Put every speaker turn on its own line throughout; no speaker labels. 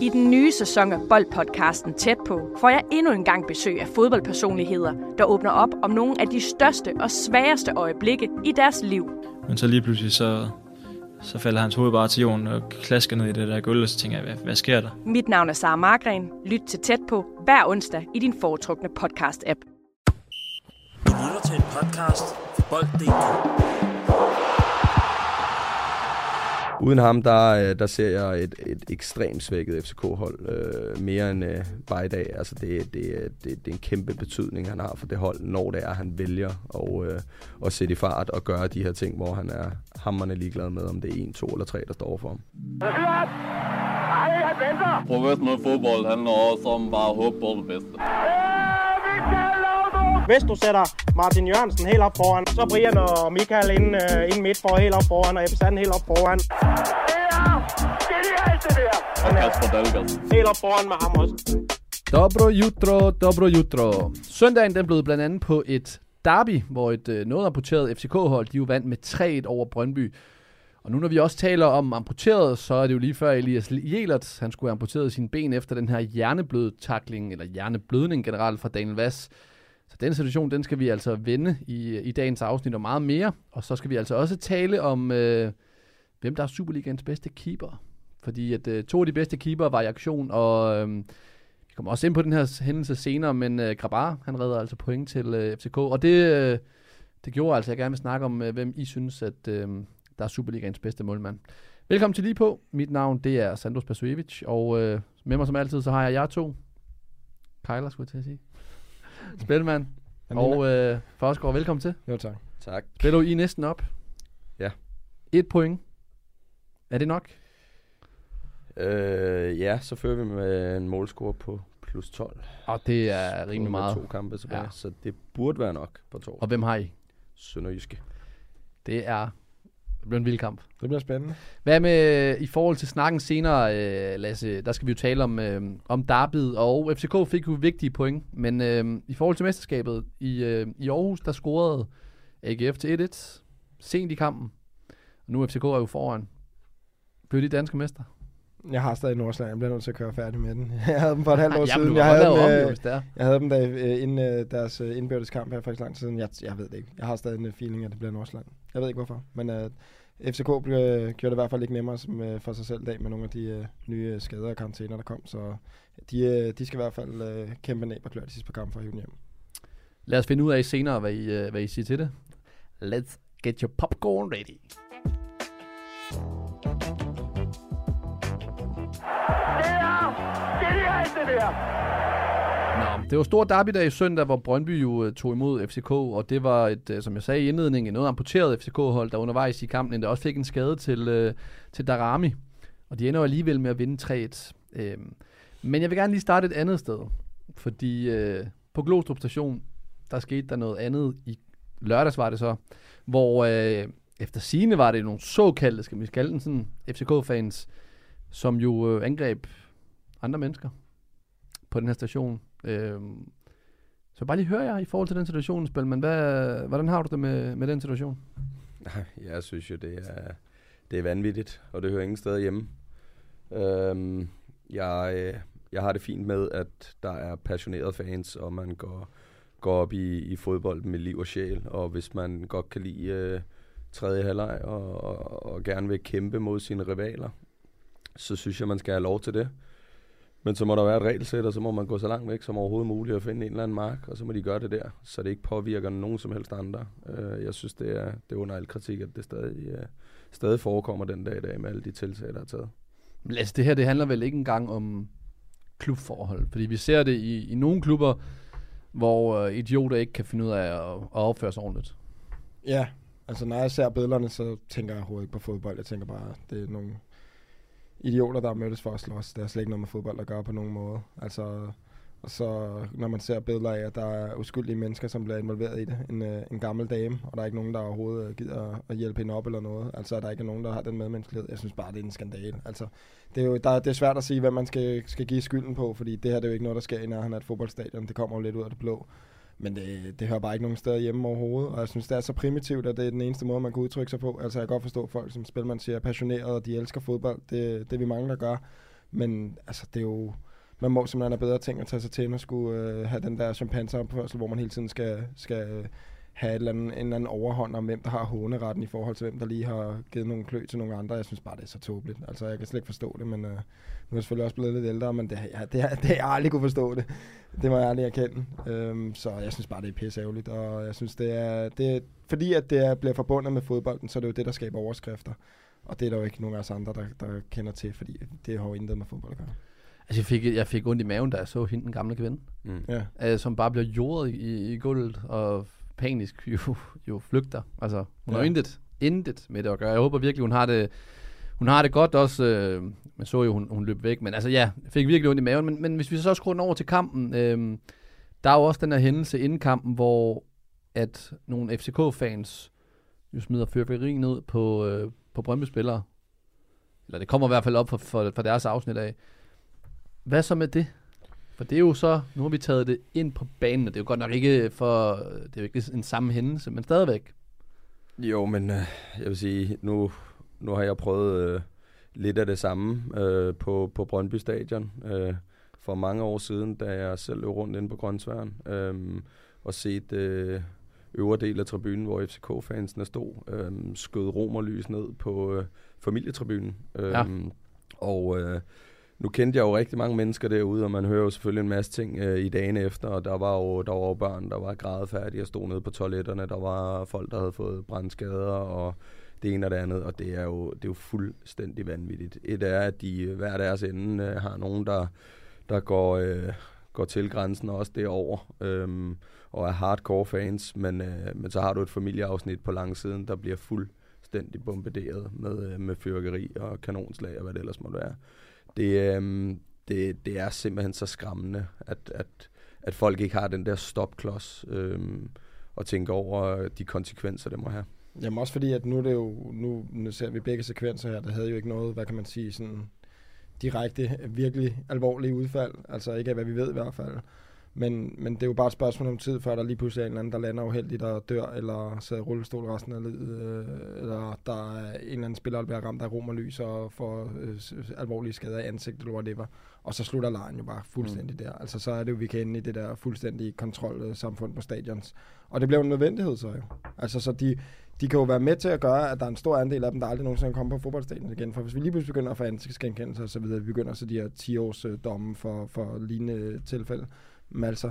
I den nye sæson af Boldpodcasten Tæt på får jeg endnu en gang besøg af fodboldpersonligheder, der åbner op om nogle af de største og sværeste øjeblikke i deres liv.
Men så lige pludselig så falder hans hoved bare til jorden og klasker ned i det der gulv, og så tænker jeg, hvad sker der?
Mit navn er Sara Margren. Lyt til Tæt på hver onsdag i din foretrukne podcast-app.
Du lytter til en podcast fra Bold.dk.
Uden ham, der ser jeg et ekstremt svækket FCK-hold mere end bare i dag. Altså det er en kæmpe betydning, han har for det hold, når det er, han vælger at sætte i fart og gøre de her ting, hvor han er hamrende ligeglad med, om det er 1, 2 eller 3, der står for ham.
Professionel fodbold handler også om bare at håbe på det bedste.
Hvis du sætter Martin Jørgensen helt op foran, så Brian og Michael inden midt for helt op foran, og Ebbe Sand helt op foran. Det er det der!
Og Kasper Dahlgaard.
Helt op foran med ham også.
Dobro jutro. Søndagen den blev blandt andet på et derby, hvor et noget amputeret FCK-hold, de jo vandt med 3-1 over Brøndby. Og nu når vi også taler om amputeret, så er det jo lige før Elias Jelert, han skulle have amputeret sine ben efter den her hjerneblødtakling, eller hjerneblødning generelt fra Daniel Vass. Så den situation, den skal vi altså vende i dagens afsnit og meget mere. Og så skal vi altså også tale om, hvem der er Superligaens bedste keeper. Fordi at 2 af de bedste keeper var i aktion, og vi kommer også ind på den her hændelse senere, men Grabar, han redder altså point til FCK. Og det gjorde altså, jeg gerne vil snakke om, hvem I synes, at der er Superligaens bedste målmand. Velkommen til Lige På. Mit navn, det er Sandros Pasojevic, og med mig som altid, så har jeg jer 2. Kejler, skulle jeg til at sige. Spilmand og Forsgaard, velkommen til.
Jo, tak.
Tak.
Spiller I næsten op?
Ja.
1 point. Er det nok?
Ja, så fører vi med en målscore på plus 12.
Og det er rimelig meget.
2 kampe tilbage, så det burde være nok på torsdag.
Og hvem har I?
Sønderjyske.
Det bliver en vild kamp.
Det bliver spændende.
Hvad med i forhold til snakken senere, Lasse? Der skal vi jo tale om derbyet, og FCK fik jo vigtige point. Men i forhold til mesterskabet i Aarhus, der scorede AGF til 1-1 sent i kampen. Og nu FCK er jo foran. Blev de danske mester?
Jeg har stadig Nordsjælland. Jeg bliver nødt til at køre færdig med den. Jeg havde dem for et halvt år siden. Jeg havde dem da inden deres indbyrdes kamp her for ikke lang tid siden. Jeg ved det ikke. Jeg har stadig en feeling, at det bliver Nordsjælland. Jeg ved ikke hvorfor. Men FCK gjorde det i hvert fald ikke nemmere for sig selv i dag med nogle af de nye skader og karantæner, der kom. Så de skal i hvert fald kæmpe næb og klør de sidste par kampe for at hive den hjem.
Lad os finde ud af senere, hvad I siger til det. Let's get your popcorn ready. Det var stor derbydag i søndag, hvor Brøndby jo tog imod FCK, og det var et, som jeg sagde i indledningen, noget amputeret FCK-hold, der undervejs i kampen, der også fik en skade til Darami, og de ender jo alligevel med at vinde 3-1. Men jeg vil gerne lige starte et andet sted, fordi på Glostrup Station, der skete der noget andet i lørdags, var det så, hvor efter sigende var det nogle såkaldte, skal vi kalde den sådan, FCK-fans, som jo angreb andre mennesker på den her station. Så bare lige høre jer i forhold til den situation, Spilman. Hvordan har du det med den situation?
Jeg synes jo, det er vanvittigt, og det hører ingen steder hjemme. Jeg har det fint med, at der er passionerede fans, og man går op i fodbold med liv og sjæl, og hvis man godt kan lide tredje halvleg og gerne vil kæmpe mod sine rivaler, så synes jeg, man skal have lov til det. Men så må der være et regelsæt, og så må man gå så langt væk som overhovedet muligt og finde en eller anden mark, og så må de gøre det der, så det ikke påvirker nogen som helst andre. Jeg synes, det er under al kritik, at det stadig forekommer den dag i dag med alle de tiltag, der er taget.
Men altså, det her, det handler vel ikke engang om klubforhold, fordi vi ser det i nogle klubber, hvor idioter ikke kan finde ud af at opføre sig ordentligt. Ja,
altså når jeg ser billederne, så tænker jeg overhovedet ikke på fodbold. Jeg tænker bare, det er nogle idioter, der mødtes for at slås. Det er slet ikke noget med fodbold at gøre på nogen måde. Altså, og så når man ser billeder af, at der er uskyldige mennesker, som bliver involveret i det, en gammel dame, og der er ikke nogen, der overhovedet gider at hjælpe hende op eller noget. Altså, der er ikke nogen, der har den medmenneskelighed. Jeg synes bare, det er en skandale. Altså, det er svært at sige, hvad man skal give skylden på, fordi det her det er jo ikke noget, der sker i nærheden af et fodboldstadion. Det kommer jo lidt ud af det blå. Men det hører bare ikke nogen steder hjemme overhovedet, og jeg synes, det er så primitivt, at det er den eneste måde, man kan udtrykke sig på. Altså, jeg kan godt forstå folk, som Spilman siger, er passionerede, og de elsker fodbold. Det er vi mange, der gør. Men altså, det er jo... Man må simpelthen have bedre ting at tage sig til, end at skulle have den der chimpanseopførsel, hvor man hele tiden skal have en eller anden overhånd om, hvem der har håneretten i forhold til, hvem der lige har givet nogle klø til nogle andre. Jeg synes bare, det er så tåbeligt. Altså, jeg kan slet ikke forstå det, men nu er jeg selvfølgelig også blevet lidt ældre, men det har jeg aldrig kunne forstå det. Det må jeg aldrig erkende. Så jeg synes bare, det er pisseærgerligt, og jeg synes, det er fordi at det bliver forbundet med fodbolden, så er det jo det, der skaber overskrifter. Og det er der jo ikke nogen af os andre, der kender til, fordi det har jo intet med fodbold at gøre. Altså,
jeg fik ondt i maven, da jeg så hende, den gamle kvinde. Som bare bliver jordet i gulvet, og panisk jo flygter. Altså, hun har intet med det at gøre. Jeg håber virkelig, hun har det godt også. Man så jo, hun løb væk. Men altså, jeg fik virkelig ondt i maven. Men hvis vi så skruer den over til kampen, der er jo også den her hændelse inden kampen, hvor at nogle FCK-fans jo smider fyrværkeri ned på Brøndby-spillere. Eller det kommer i hvert fald op for deres afsnit af. Hvad så med det? For det er jo så, nu har vi taget det ind på banen, og det er jo godt nok ikke det er jo ikke en samme hændelse, men stadigvæk.
Jo, men jeg vil sige, nu har jeg prøvet lidt af det samme på Brøndby Stadion for mange år siden, da jeg selv løb rundt inde på Grønsværen og set øvre del af tribunen, hvor FCK-fansene stod, skød romerlys ned på familietribunen. Nu kendte jeg jo rigtig mange mennesker derude, og man hører jo selvfølgelig en masse ting i dagene efter, og der var jo børn, der var grædefærdige og stod nede på toiletterne, der var folk, der havde fået brandskader, og det ene og det andet, og det er jo fuldstændig vanvittigt. Et er, at de hver deres ende har nogen, der går til grænsen, og også derover og er hardcore fans, men så har du et familieafsnit på langsiden, der bliver fuldstændig bombarderet med fyrværkeri og kanonslag og hvad det ellers måtte være. Det er simpelthen så skræmmende, at folk ikke har den der stopklods og tænker over de konsekvenser, det må have.
Jamen også fordi, at nu er det jo, nu ser vi begge sekvenser her, der havde jo ikke noget, hvad kan man sige, sådan direkte, virkelig alvorlige udfald. Altså ikke af, hvad vi ved i hvert fald. Men det er jo bare et spørgsmål om tid, før der lige pludselig er en eller anden, der lander uheldigt og dør, eller sidder i rullestol resten af livet, eller der er en eller anden spiller, der bliver ramt af romerlys og får alvorlige skader i ansigtet, eller whatever. Og så slutter lejen jo bare fuldstændig der. Altså så er det jo, vi kan ende i det der fuldstændige kontrolsamfund på stadions. Og det bliver jo en nødvendighed så jo. Altså så de kan jo være med til at gøre, at der er en stor andel af dem, der aldrig nogensinde kommer på fodboldstadion igen. For hvis vi lige pludselig begynder at få ansigtsgenkendelse og så videre, vi begynder så de her 10 års domme for lignende tilfælde, men altså,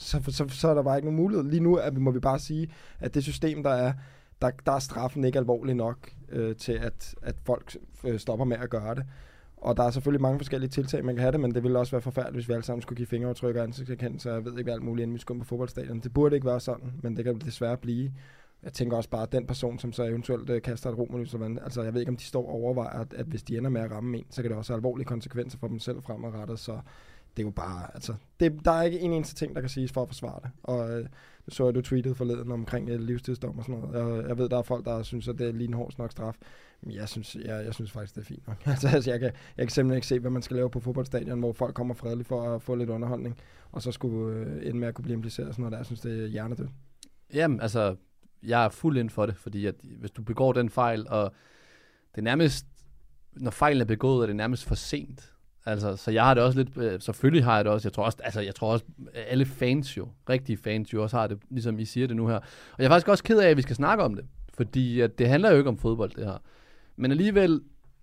så er der bare ikke nogen mulighed. Lige nu må vi bare sige, at det system, der er straffen ikke alvorlig nok til, at folk stopper med at gøre det. Og der er selvfølgelig mange forskellige tiltag, man kan have det, men det ville også være forfærdeligt, hvis vi alle sammen skulle give fingeraftryk og ansigtsgenkendelse, og jeg ved ikke alt muligt, inden vi skulle på fodboldstadion. Det burde ikke være sådan, men det kan desværre blive. Jeg tænker også bare, at den person, som så eventuelt kaster et romerlys, altså jeg ved ikke, om de står og overvejer, at hvis de ender med at ramme en, så kan det også have alvorlige konsekvenser for dem selv fremadrettet, så det er jo bare, altså, der er ikke en eneste ting, der kan siges for at forsvare det. Og så du tweetet forleden omkring livstidsdom og sådan noget. Jeg ved, der er folk, der synes, at det er lige en hård nok straf. Men jeg synes faktisk, det er fint nok. Altså, jeg kan simpelthen ikke se, hvad man skal lave på fodboldstadion, hvor folk kommer fredeligt for at få lidt underholdning, og så skulle ende med at kunne blive impliceret og sådan noget der. Jeg synes, det er hjernedødt. Jamen, altså, jeg er fuld ind for det, fordi at hvis du begår den fejl, og det er nærmest, når fejlen er begået, er det nærmest for sent. Altså, så jeg har det også lidt, selvfølgelig har jeg det også, jeg tror også, alle fans jo, rigtige fans jo også har det, ligesom I siger det nu her. Og jeg er faktisk også ked af, at vi skal snakke om det, fordi at det handler jo ikke om fodbold, det her. Men alligevel,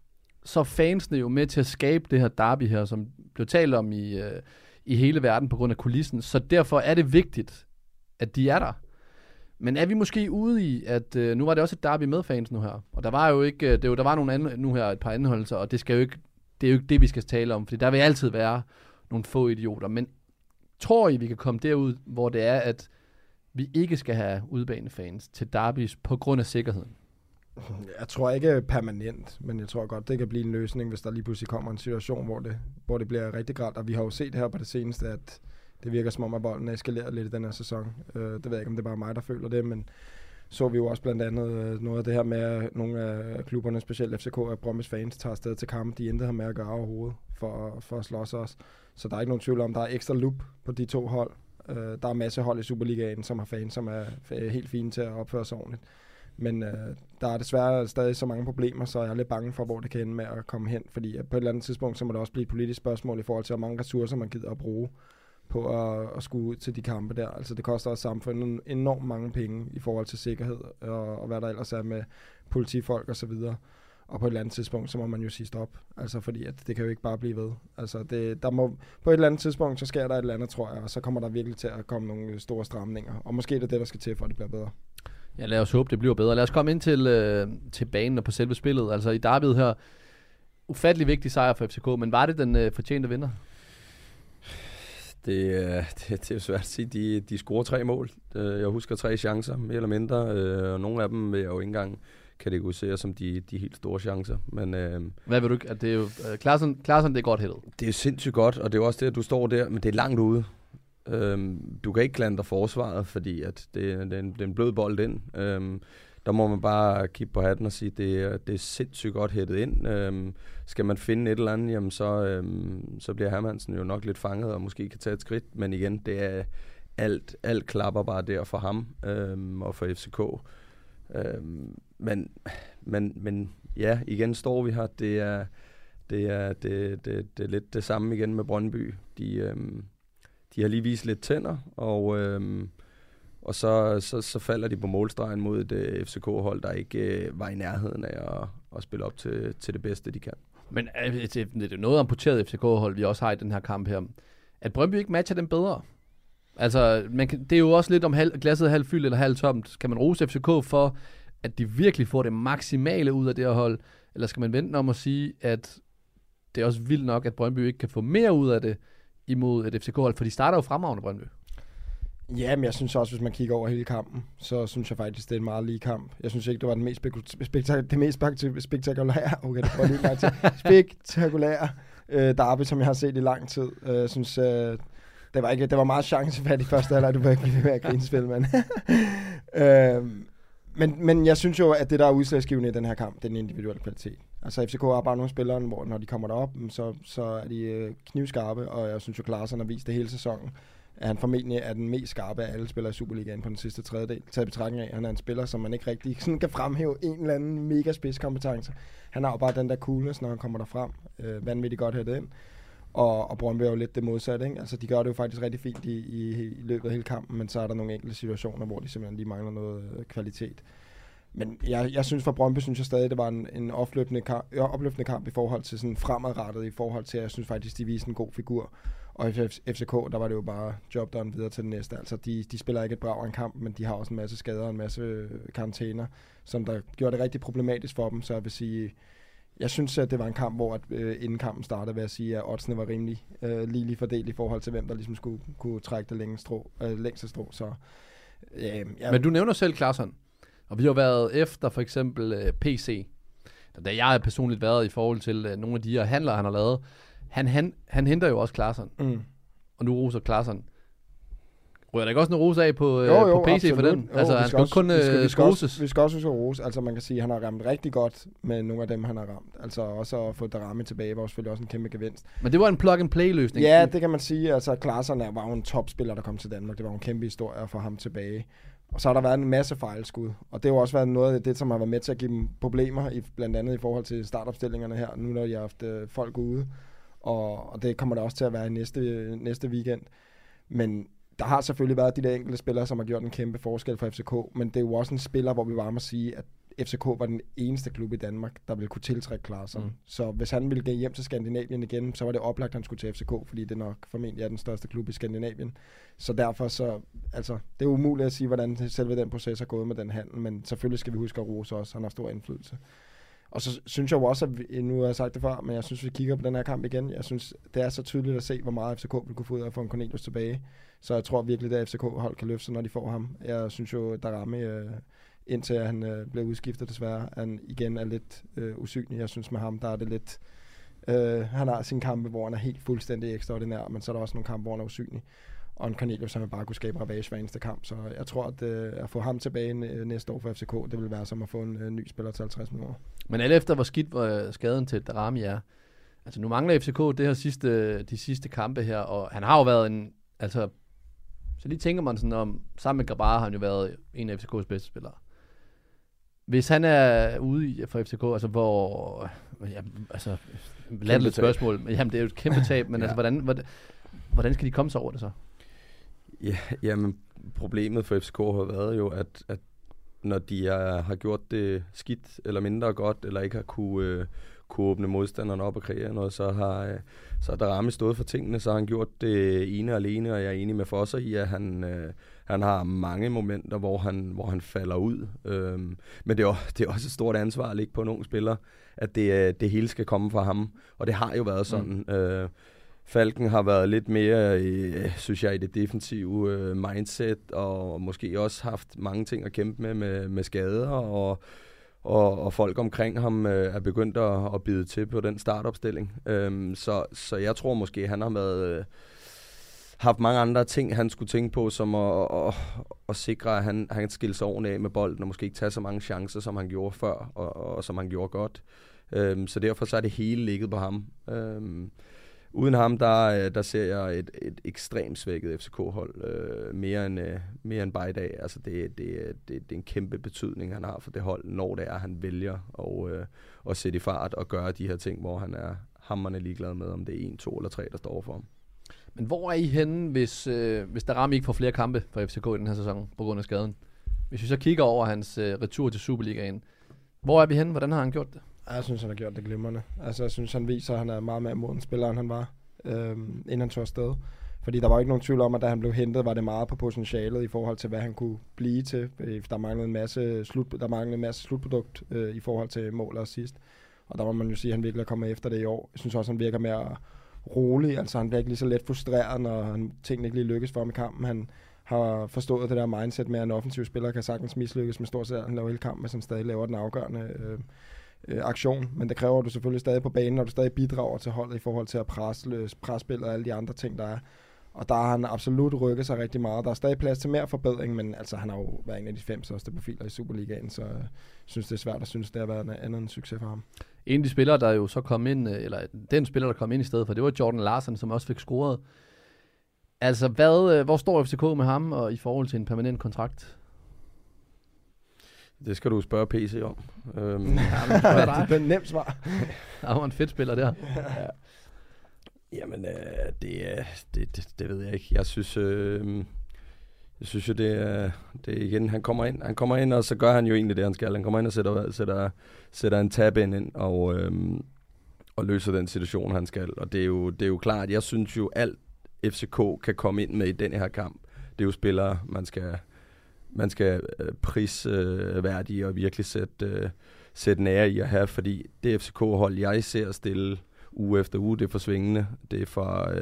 så er fansene jo med til at skabe det her derby her, som blev talt om i hele verden på grund af kulissen, så derfor er det vigtigt, at de er der. Men er vi måske ude i, at nu var det også et derby med fans nu her, og der var jo ikke, der var nogle andre, nu her et par anholdelser, og det er jo ikke det, vi skal tale om, fordi der vil altid være nogle få idioter. Men tror I, vi kan komme derud, hvor det er, at vi ikke skal have udbanefans til derbys på grund af sikkerheden? Jeg tror ikke permanent, men jeg tror godt, det kan blive en løsning, hvis der lige pludselig kommer en situation, hvor det bliver rigtig grædt. Og vi har jo set her på det seneste, at det virker som om, at bolden er eskaleret lidt i den her sæson. Det ved jeg ikke, om det er bare mig, der føler det, men så vi jo også blandt andet noget af det her med, at nogle af klubberne, specielt FCK og Brøndbys fans, tager afsted til kamp. De intet har med at gøre overhovedet for at slås os. Så der er ikke nogen tvivl om, der er ekstra loop på de to hold. Der er masser af hold i Superligaen, som har fans, som er helt fine til at opføre sig ordentligt. Men der er desværre stadig så mange problemer, så jeg er lidt bange for, hvor det kan ende med at komme hen. Fordi på et eller andet tidspunkt, så må det også blive et politisk spørgsmål i forhold til, hvor mange ressourcer man gider at bruge på at skulle ud til de kampe der. Altså det koster også samfundet enormt mange penge i forhold til sikkerhed og hvad der ellers er med politifolk og så videre. Og på et eller andet tidspunkt, så må man jo sige stop. Altså fordi at det kan jo ikke bare blive ved. Altså der må, på et eller andet tidspunkt, så sker der et eller andet, tror jeg, og så kommer der virkelig til at komme nogle store stramninger. Og måske er det det, der skal til, for at det bliver bedre.
Ja, lad os håbe, det bliver bedre. Lad os komme ind til banen og på selve spillet. Altså i derbyet her, ufattelig vigtig sejr for FCK, men var det den fortjente vinder?
Det er jo svært at sige. De scorer 3 mål. Jeg husker 3 chancer, mere eller mindre. Og nogle af dem vil jeg jo ikke engang kategorisere som de helt store chancer. Men,
hvad vil du ikke? At det er jo Klaasen, det er godt hættet. Det
er sindssygt godt, og det er også det, at du står der, men det er langt ude. Du kan ikke klandre forsvaret, fordi at det er en blød bold ind. Der må man bare kigge på hatten og sige, det er sindssygt godt hættet ind. Skal man finde et eller andet, jamen så bliver Hermansen jo nok lidt fanget og måske kan tage et skridt. Men igen, det er alt klapper bare der for ham og for FCK. Men ja, igen står vi her. Det er lidt det samme igen med Brøndby. De har lige vist lidt tænder, og så falder de på målstregen mod et FCK-hold, der ikke var i nærheden af at spille op til det bedste, de kan.
Men det er noget amputeret FCK-hold, vi også har i den her kamp her. At Brøndby ikke matcher dem bedre? Altså, det er jo også lidt om glasset halvt fyldt eller halvt tomt. Kan man rose FCK for, at de virkelig får det maksimale ud af det her hold? Eller skal man vente om at sige, at det er også vildt nok, at Brøndby ikke kan få mere ud af det imod et FCK-hold? For de starter jo fremragende, Brøndby. Ja,
men jeg synes også, hvis man kigger over hele kampen, så synes jeg faktisk, det er en meget lige kamp. Jeg synes ikke, det var den mest spektakulære, okay, det var lige meget til, spektakulære derby, som jeg har set i lang tid. Jeg synes, det var meget chancefærdigt i første halvleg, du var ikke ved at grinespil, men jeg synes jo, at det, der er udslagsgivende i den her kamp, det er den individuelle kvalitet. Altså FCK har bare nogle spillere, hvor når de kommer derop, så er de knivskarpe, og jeg synes jo, Klaasen har vist det hele sæsonen, at han formentlig er den mest skarpe af alle spillere i Superligaen på den sidste tredjedel. Taget betragtning af, at han er en spiller, som man ikke rigtig sådan kan fremhæve en eller anden mega spidskompetence. Han har jo bare den der coolness, når han kommer derfrem. Vanvittigt godt hættet ind. Og Brøndby er jo lidt det modsatte, ikke? Altså, de gør det jo faktisk rigtig fint i løbet af hele kampen, men så er der nogle enkelte situationer, hvor de simpelthen lige mangler noget kvalitet. Men jeg synes for Brøndby, synes jeg stadig, det var en opløftende kamp i forhold til sådan fremadrettet, i forhold til, at jeg synes faktisk, de viste en god figur. Og i FCK, der var det jo bare job done videre til det næste. Altså, de spiller ikke et brag af en kamp, men de har også en masse skader og en masse karantæner, som der gjorde det rigtig problematisk for dem. Så jeg vil sige, jeg synes, at det var en kamp, hvor inden kampen startede, vil jeg sige, at oddsene var rimelig lige fordelt i forhold til, hvem der ligesom skulle kunne trække det længste strå. Så,
Men du nævner selv Klaasen, og vi har været efter for eksempel PC, da jeg har personligt været i forhold til nogle af de her handler, han har lavet. Han henter jo også Klaasen, og nu roser Klaasen. Rører der ikke også noget rose af på PC absolut. For den? Altså, han skal også kun roses.
Vi skal også rose. Altså, man kan sige, at han har ramt rigtig godt med nogle af dem, han har ramt. Altså, også at få Darami tilbage var selvfølgelig også en kæmpe gevinst.
Men det var en plug-and-play-løsning.
Ja, det kan man sige. Altså, Klaasen var jo en topspiller, der kom til Danmark. Det var en kæmpe historie at få ham tilbage. Og så har der været en masse fejlskud. Og det har jo også været noget af det, som har været med til at give dem problemer, blandt andet i forhold til startopstillingerne her, nu når de har haft folk ude. Og det kommer der også til at være i næste weekend. Men der har selvfølgelig været de der enkelte spillere, som har gjort en kæmpe forskel for FCK, men det er jo også en spiller, hvor vi bare må sige, at FCK var den eneste klub i Danmark, der ville kunne tiltrække Klaasen. Så hvis han ville gå hjem til Skandinavien igen, så var det oplagt, at han skulle til FCK, fordi det nok formentlig er den største klub i Skandinavien. Så derfor det er umuligt at sige, hvordan selve den proces er gået med den handel, men selvfølgelig skal vi huske at rose også, han har stor indflydelse. Og så synes jeg jo også, at nu har jeg sagt det før, men jeg synes, vi kigger på den her kamp igen. Jeg synes, det er så tydeligt at se, hvor meget FCK vil kunne få ud af at få en Cornelius tilbage. Så jeg tror virkelig, at FCK-hold kan løfte sig, når de får ham. Jeg synes jo, at Darami, indtil han bliver udskiftet desværre, han igen er lidt usynlig. Jeg synes med ham, der er det lidt... han har sine kampe, hvor han er helt fuldstændig ekstraordinær, men så er der også nogle kampe, hvor han er usynlig. Og en Cornelius, som bare kunne skabe ravage hver eneste kamp. Så jeg tror, at få ham tilbage næste år for FCK, det vil være som at få en ny spiller til 50 minutter.
Men alt efter, hvor skidt skaden til Darami er. Altså nu mangler FCK det her de sidste kampe her, og han har jo været en... Altså, så lige tænker man sådan om, sammen med Grabar har han jo været en af FCK's bedste spillere. Hvis han er ude for FCK, altså hvor... Ja, altså, latterligt spørgsmål. Jamen, det er jo et kæmpe tab, men altså, hvordan skal de komme sig over det så?
Ja, jamen, problemet for FCK har været jo, at når de har gjort det skidt eller mindre godt, eller ikke har kunne åbne modstanderne op og kreere noget, så har Darami stået for tingene, så har han gjort det ene og alene, og jeg er enig med Fosser i, at han har mange momenter, hvor han falder ud. Men det er også et stort ansvar at ligge på nogle spillere, at det hele skal komme fra ham, og det har jo været sådan. Falken har været lidt mere, synes jeg, i det defensive mindset, og måske også haft mange ting at kæmpe med skader, og folk omkring ham er begyndt at bide til på den startopstilling. Så jeg tror måske, han har haft mange andre ting, han skulle tænke på, som at sikre, at han kan skille sig ordentligt af med bolden, og måske ikke tage så mange chancer, som han gjorde før, og som han gjorde godt. Så derfor så er det hele ligget på ham. Uden ham, der ser jeg et ekstremt svækket FCK-hold, mere end bare i dag. Altså det er en kæmpe betydning, han har for det hold, når det er, han vælger at sætte i fart og gøre de her ting, hvor han er hamrende ligeglad med, om det er 1, 2 eller 3, der står for ham.
Men hvor er I henne, hvis Darami ikke får flere kampe for FCK i den her sæson på grund af skaden? Hvis vi så kigger over hans retur til Superligaen, hvor er vi henne? Hvordan har han gjort det?
Jeg synes, han har gjort det glimrende. Altså, jeg synes, han viser, at han er meget mere moden spiller, end han var, inden han tog afsted. Fordi der var ikke nogen tvivl om, at da han blev hentet, var det meget på potentialet i forhold til, hvad han kunne blive til. Der manglede en masse slutprodukt i forhold til mål og assist. Og der må man jo sige, at han virkelig er kommet efter det i år. Jeg synes også, at han virker mere rolig. Altså, han bliver ikke lige så let frustreret, når tingene ikke lige lykkes for ham i kampen. Han har forstået det der mindset med, at en offensiv spiller kan sagtens mislykkes med stort set, han laver hele kampen, men stadig laver den afgørende aktion, men det kræver, at du selvfølgelig stadig på banen, og du stadig bidrager til holdet i forhold til at presspil og alle de andre ting, der er. Og der har han absolut rykket sig rigtig meget. Der er stadig plads til mere forbedring, men altså, han har jo været en af de 5 største profiler i Superligaen, så jeg synes, det er svært at synes, det har været andet end en succes for ham.
En af de spillere, der jo så kom ind, eller den spiller, der kom ind i stedet for, det var Jordan Larsen, som også fik scoret. Altså, hvor står FCK med ham, og i forhold til en permanent kontrakt?
Det skal du spørge PC om.
Det er et nemt svar.
Der var en fedt spiller der.
Ja. Jamen, det ved jeg ikke. Jeg synes jo, det er igen, han kommer ind, og så gør han jo egentlig det, han skal. Han kommer ind og sætter en tab ind og løser den situation, han skal. Og det er jo klart, jeg synes jo, alt FCK kan komme ind med i den her kamp. Det er jo spillere, man skal prisværdige og virkelig sætte nære i at have, fordi det FCK-hold, jeg ser stille uge efter uge, det er for svingende, det er for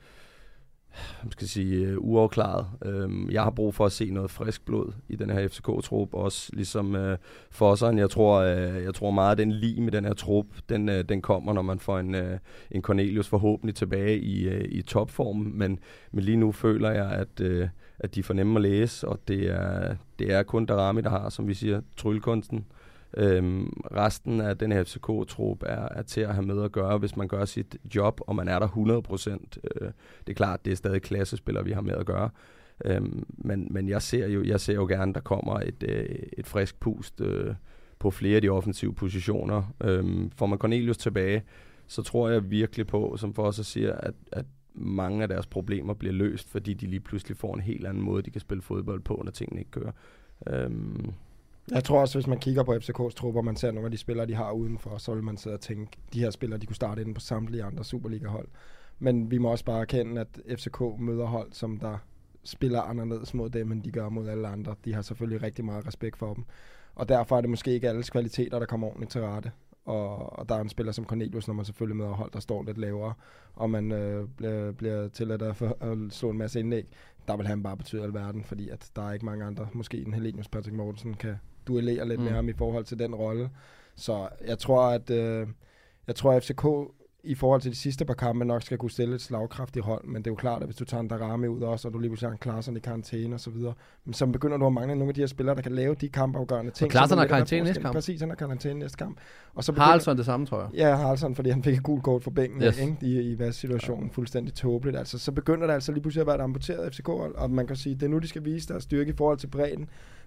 uafklaret. Jeg har brug for at se noget frisk blod i den her FCK-trup, også ligesom Fosseren. Jeg tror meget, at den lim med den her trup, den kommer, når man får en Cornelius forhåbentlig tilbage i topformen, men lige nu føler jeg, at de får nemme at læse, og det er kun Darami, der har, som vi siger, tryllekunsten. Resten af den her FCK-trup er til at have med at gøre, hvis man gør sit job, og man er der 100%. Det er klart, det er stadig klassespillere, vi har med at gøre. Men jeg ser jo gerne, der kommer et frisk pust på flere af de offensive positioner. Får man Cornelius tilbage, så tror jeg virkelig på, som for os siger, at mange af deres problemer bliver løst, fordi de lige pludselig får en helt anden måde, de kan spille fodbold på, når tingene ikke kører.
Jeg tror også, hvis man kigger på FCK's trupper, og man ser nogle af de spillere, de har udenfor, så vil man sidde og tænke, de her spillere, de kunne starte inde på samtlige andre Superliga-hold. Men vi må også bare erkende, at FCK møder hold, som der spiller anderledes mod dem, end de gør mod alle andre. De har selvfølgelig rigtig meget respekt for dem. Og derfor er det måske ikke alles kvaliteter, der kommer ordentligt til rette. Og der er en spiller som Cornelius, når man selvfølgelig møder hold, der står lidt lavere, og man bliver tilladt at slå en masse indlæg. Der vil han bare betyde alverden, fordi at der er ikke mange andre, måske en Helenius Patrick Mortensen, kan duellere lidt med ham i forhold til den rolle. Så jeg tror, at FCK i forhold til de sidste par kampe nok skal kunne stille et slagkraftigt hold, men det er jo klart, at hvis du tager en Darami ud også, og du lige pludselig har en Klaassen i karantæne og så videre, men så begynder du at mangle nogle af de her spillere, der kan lave de kampafgørende ting.
Og Klaassen har karantæne næste kamp.
Præcis, han har karantæne næste kamp. Og så
Haraldsson det samme, tror jeg.
Ja, Haraldsson, fordi han fik et gult kort for bænken, yes. I hvad situationen fuldstændig tåbeligt. Altså, så begynder det altså lige pludselig at være et amputeret FCK-hold, og man kan sige, det er nu, de skal vise deres styrke i forhold til bredden.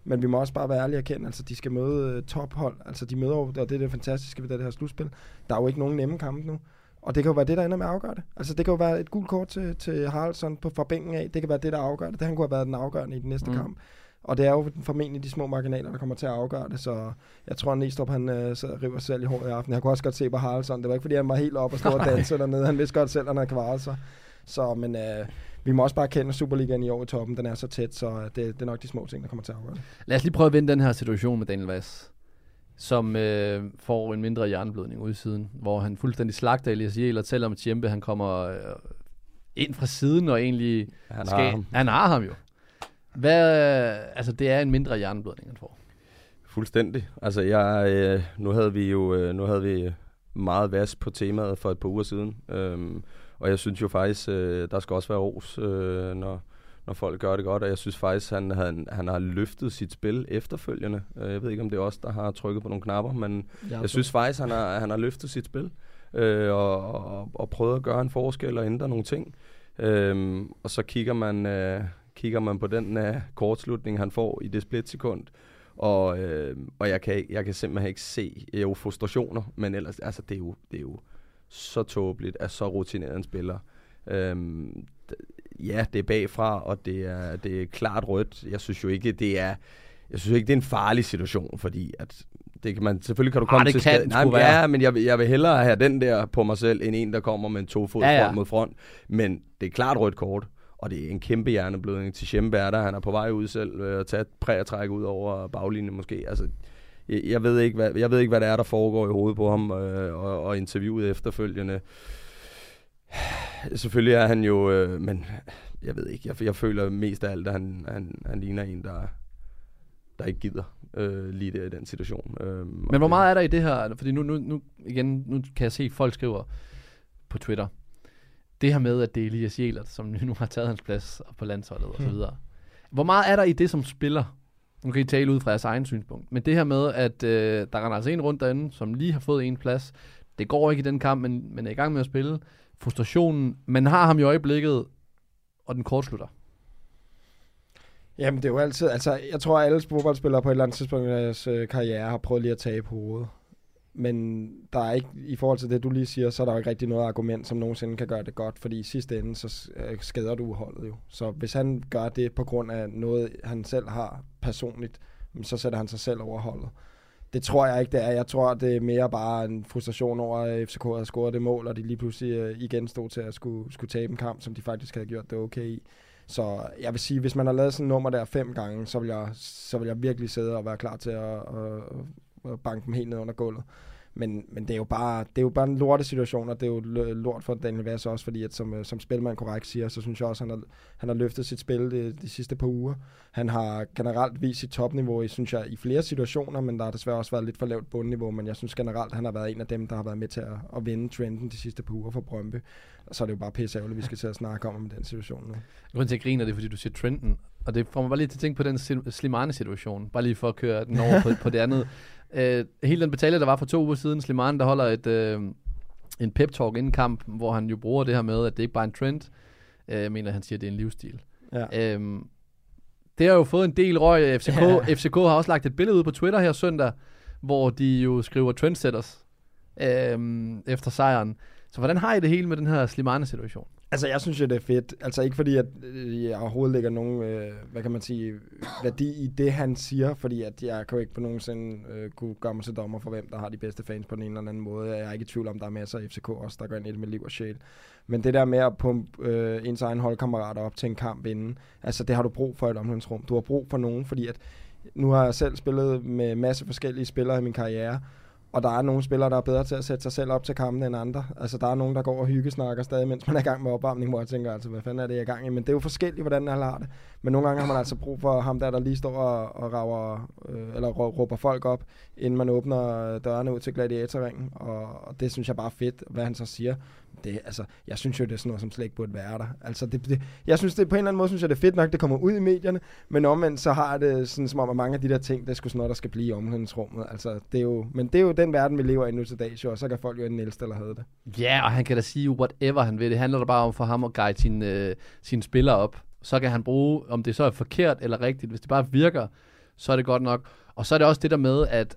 Men vi må også bare være ærlige og kende, altså de skal møde tophold. Altså de møder, og det er det fantastiske ved det her slutspil. Der er jo ikke nogen nemme kampe nu. Og det kan jo være det, der ender med at afgøre det. Altså det kan jo være et gult kort til Haraldsson fra bænken af. Det kan være det, der afgør det. Det han kunne have været den afgørende i den næste kamp. Og det er jo formentlig de små marginaler, der kommer til at afgøre det. Så jeg tror, at Næstrup han river selv i håret i aften. Jeg kunne også godt se på Haraldsson. Det var ikke, fordi han var helt op og stod og danse dernede. Han vidste godt selv, at han havde kvaret sig. Så, men vi må også bare kende Superligaen i år i toppen. Den er så tæt, så det er nok de små ting, der kommer til at afgøre det.
Lad os lige prøve at vende den her situation med Daniel Vaz, som får en mindre hjerneblødning ude i siden, hvor han fuldstændig slagter Elias Jæler, selvom Tjempe han kommer ind fra siden og egentlig han har ham jo. Altså det er en mindre hjerneblødning, han får. Fuldstændig.
Altså nu havde vi meget Vaz på temaet for et par uger siden. Og jeg synes jo faktisk, der skal også være ros, når folk gør det godt. Og jeg synes faktisk, han har løftet sit spil efterfølgende. Jeg ved ikke, om det er os, der har trykket på nogle knapper, men jeg synes faktisk, han har løftet sit spil. Og prøvet at gøre en forskel og ændre nogle ting. Og så kigger man på den kortslutning, han får i det splitsekund. Og jeg kan simpelthen ikke se frustrationer, men ellers, altså det er jo så tåbeligt, at så rutineret en spiller. Ja, det er bagfra, og det er klart rødt. Jeg synes jo ikke, det er en farlig situation, fordi at det kan man selvfølgelig kan du komme til skade. Nej, men jeg vil hellere have den der på mig selv end en der kommer med en 2 fod front mod front. Men det er klart rødt kort. Og det er en kæmpe hjerneblødning til Schemberter. Han er på vej ud selv og tage et prætræk ud over baglinjen måske. Altså, jeg ved ikke, hvad det er, der foregår i hovedet på ham og interviewet efterfølgende. Selvfølgelig er han jo, men jeg ved ikke. Jeg føler mest af alt, at han ligner en, der ikke gider lige der i den situation.
Men hvor meget er der i det her? Fordi nu kan jeg se, folk skriver på Twitter. Det her med, at det er Elias Jæler, som nu har taget hans plads på landsholdet og så videre. Hvor meget er der i det som spiller? Nu kan I tale ud fra jeres egen synspunkt. Men det her med, at der render altså en rundt derinde, som lige har fået en plads. Det går ikke i den kamp, men er i gang med at spille. Frustrationen, man har ham i øjeblikket, og den kortslutter.
Jamen det er jo altid, altså jeg tror at alle fodboldspillere på et eller andet tidspunkt i deres karriere har prøvet lige at tabe hovedet. Men der er ikke, i forhold til det du lige siger, så er der jo ikke rigtig noget argument, som nogensinde kan gøre det godt, fordi i sidste ende, så skader du holdet jo. Så hvis han gør det på grund af noget, han selv har personligt, så sætter han sig selv over holdet. Det tror jeg ikke, det er. Jeg tror, det er mere bare en frustration over, at FCK havde scoret det mål, og de lige pludselig igen stod til at skulle tabe en kamp, som de faktisk havde gjort det okay i. Så jeg vil sige, hvis man har lavet sådan en nummer der 5 gange, så vil jeg virkelig sidde og være klar til at banke dem helt ned under gulvet. Men det er jo bare en lortesituation, og det er jo lort for Daniel Vaz også, fordi at som spilmand korrekt siger, så synes jeg også, han har løftet sit spil de sidste par uger. Han har generelt vist sit topniveau, synes jeg, i flere situationer, men der har desværre også været lidt for lavt bundniveau, men jeg synes generelt, han har været en af dem, der har været med til at vinde trenden de sidste par uger for Brøndby. Og så er det jo bare pisseærgerligt, vi skal til at snakke om den situation nu.
Grunden til at grine det, fordi du siger trenden, og det får mig bare lige til at tænke på den Slimane-situation, bare lige for at køre den over på det andet. Hele den betaling, der var for 2 uger siden, Slimane, der holder en pep-talk inden kamp, hvor han jo bruger det her med, at det ikke bare er en trend. Jeg mener, han siger, at det er en livsstil. Ja. Det har jo fået en del røg. FCK har også lagt et billede ud på Twitter her søndag, hvor de jo skriver trendsetters efter sejren. Så hvordan har I det hele med den her Slimane-situation?
Altså, jeg synes jo, det er fedt. Altså, ikke fordi, at jeg overhovedet lægger nogen, hvad kan man sige, værdi i det, han siger, fordi at jeg kan jo ikke på nogensinde kunne gøre mig til dommer for, hvem der har de bedste fans på den ene eller anden måde. Jeg er ikke i tvivl om, der er masser af FCK også, der går ind i det med liv og sjæl. Men det der med at pumpe ens egen holdkammerater op til en kamp inden, altså, det har du brug for i et omklædningsrum. Du har brug for nogen, fordi at nu har jeg selv spillet med masse forskellige spillere i min karriere, og der er nogle spillere, der er bedre til at sætte sig selv op til kampen end andre. Altså, der er nogen, der går og hyggesnakker stadig, mens man er i gang med opvarmning, hvor jeg tænker, altså, hvad fanden er det, jeg er i gang i? Men det er jo forskelligt, hvordan alle har det. Men nogle gange har man altså brug for ham der lige står og rager, eller råber folk op, inden man åbner dørene ud til gladiatorringen. Og det synes jeg bare er fedt, hvad han så siger. Jeg synes jo, det er sådan noget, som slet ikke burde være der. Altså, jeg synes, det på en eller anden måde, synes jeg, det er fedt nok, det kommer ud i medierne, men omvendt så har det sådan som om, at mange af de der ting, det er sgu sådan noget, der skal blive i omklædningsrummet. Altså, det er jo den verden, vi lever i nu til dags, og så kan folk jo enten elske eller have det.
Ja, og han kan da sige whatever han vil. Det handler da bare om for ham at guide sine spillere op. Så kan han bruge, om det så er forkert eller rigtigt, hvis det bare virker, så er det godt nok. Og så er det også det der med, at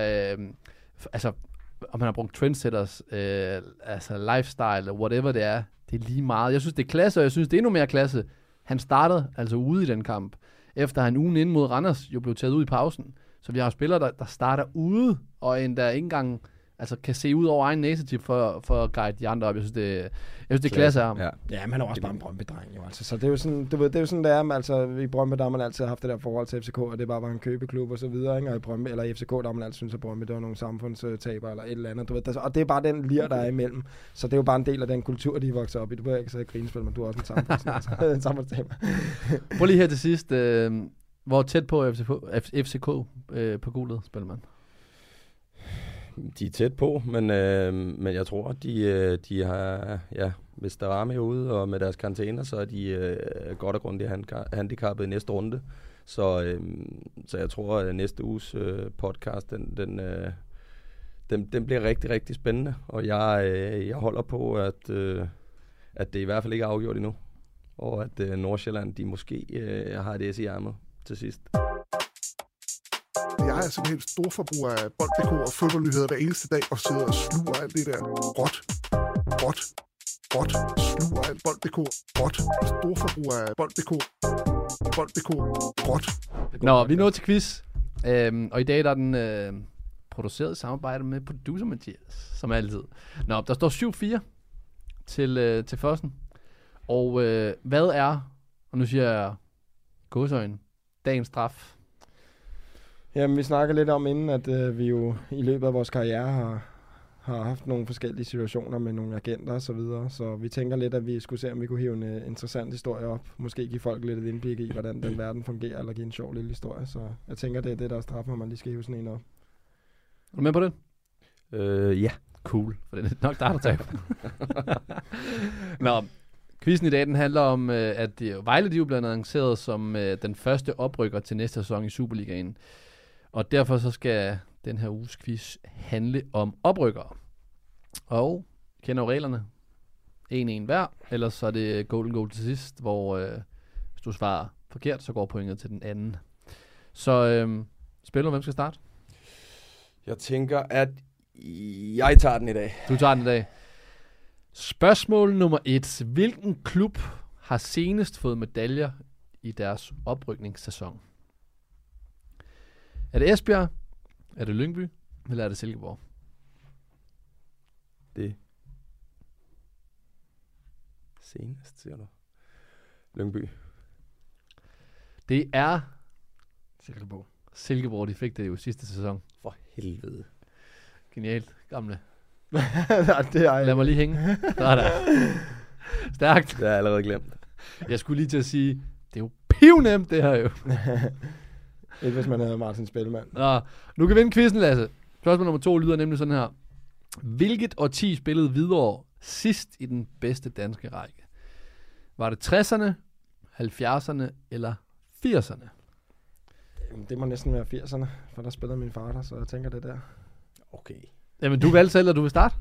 om man har brugt trendsetters, lifestyle, eller whatever det er lige meget. Jeg synes, det er klasse, og jeg synes, det er endnu mere klasse. Han startede altså ude i den kamp, efter han ugen inden mod Randers jo blev taget ud i pausen. Så vi har spillere, der starter ude, og endda ikke engang kan se ud over egen næsetip for at guide de andre op. Jeg synes, det er klasse af ham.
Ja, men han er også bare en Brøndby-dreng, jo. Altså. Så det er jo sådan, det er jo sådan, det er. Altså, i Brøndby, der har man altid haft det der forhold til FCK, og det bare var en købeklub og så videre, ikke? Og i Brøndby, eller i FCK, der har man altid synes, at Brøndby, det var nogle samfundstaber eller et eller andet. Du ved, og det er bare den lir, der er imellem. Så det er jo bare en del af den kultur, de vokser op i. Du behøver ikke sige grinespil, men du er også en samfundstaber.
Prøv lige her til sidst. Hvor tæt på FCK på guldet spiller man?
De er tæt på, men jeg tror, de har, hvis der er ude og med deres karantæner, så er de godt og grundigt handicappet i næste runde. Så jeg tror, at næste uges podcast, den bliver rigtig, rigtig spændende. Og jeg holder på, at det i hvert fald ikke er afgjort endnu. Og at Nordsjælland, de måske har et S i ærmet til sidst.
Jeg er simpelthen stor forbruger af Bold.dk og fodboldnyheder hver eneste dag, og sidder og sluger alt det der råt, sluger alt Bold.dk, råt, stor forbruger af Bold.dk, råt.
Nå, vi er nået til quiz, og i dag der er den produceret i samarbejde med producer Mathias, som altid. Nå, der står 7-4 til Fossen, og hvad er, og nu siger jeg gåseøjne, dagens straf?
Jamen, vi snakker lidt om inden, at vi jo i løbet af vores karriere har haft nogle forskellige situationer med nogle agenter og så videre. Så vi tænker lidt, at vi skulle se, om vi kunne hive en interessant historie op. Måske give folk lidt et indblik i, hvordan den verden fungerer, eller give en sjov lille historie. Så jeg tænker, det er det, der er straffen, at man lige skal hive sådan en op.
Er du med på det?
Ja.
Cool, for det er nok der tager. Nå, quizzen i dag, den handler om, at Vejle, de er jo blevet annonceret som den første oprykker til næste sæson i Superligaen. Og derfor så skal den her uges quiz handle om oprykkere. Og kender jo reglerne. 1-1 hver, ellers så er det golden goal til sidst, hvor hvis du svarer forkert, så går pointet til den anden. Så spiller hvem skal starte?
Jeg tænker, at jeg tager den i dag.
Du tager den i dag. Spørgsmål nummer 1. Hvilken klub har senest fået medaljer i deres oprykningssæson? Er det Esbjerg? Er det Lyngby? Eller er det Silkeborg?
Det senest, siger du. Lyngby.
Det er
Silkeborg.
Silkeborg, de fik det jo sidste sæson.
For helvede.
Genialt, gamle.
Lad
mig lige hænge. Der. Stærkt.
Det har jeg allerede glemt.
Jeg skulle lige til at sige, det er jo pivnemt det her jo.
Ikke hvis man havde Martin Spellemann.
Nå, nu kan vi vinde quizzen, Lasse. Spørgsmål nummer 2 lyder nemlig sådan her. Hvilket årti spillede Hvidovre sidst i den bedste danske række? Var det 60'erne, 70'erne eller 80'erne?
Det må næsten være 80'erne, for der spillede min far der, så jeg tænker det der.
Okay.
Jamen, du valgte selv, at du vil starte?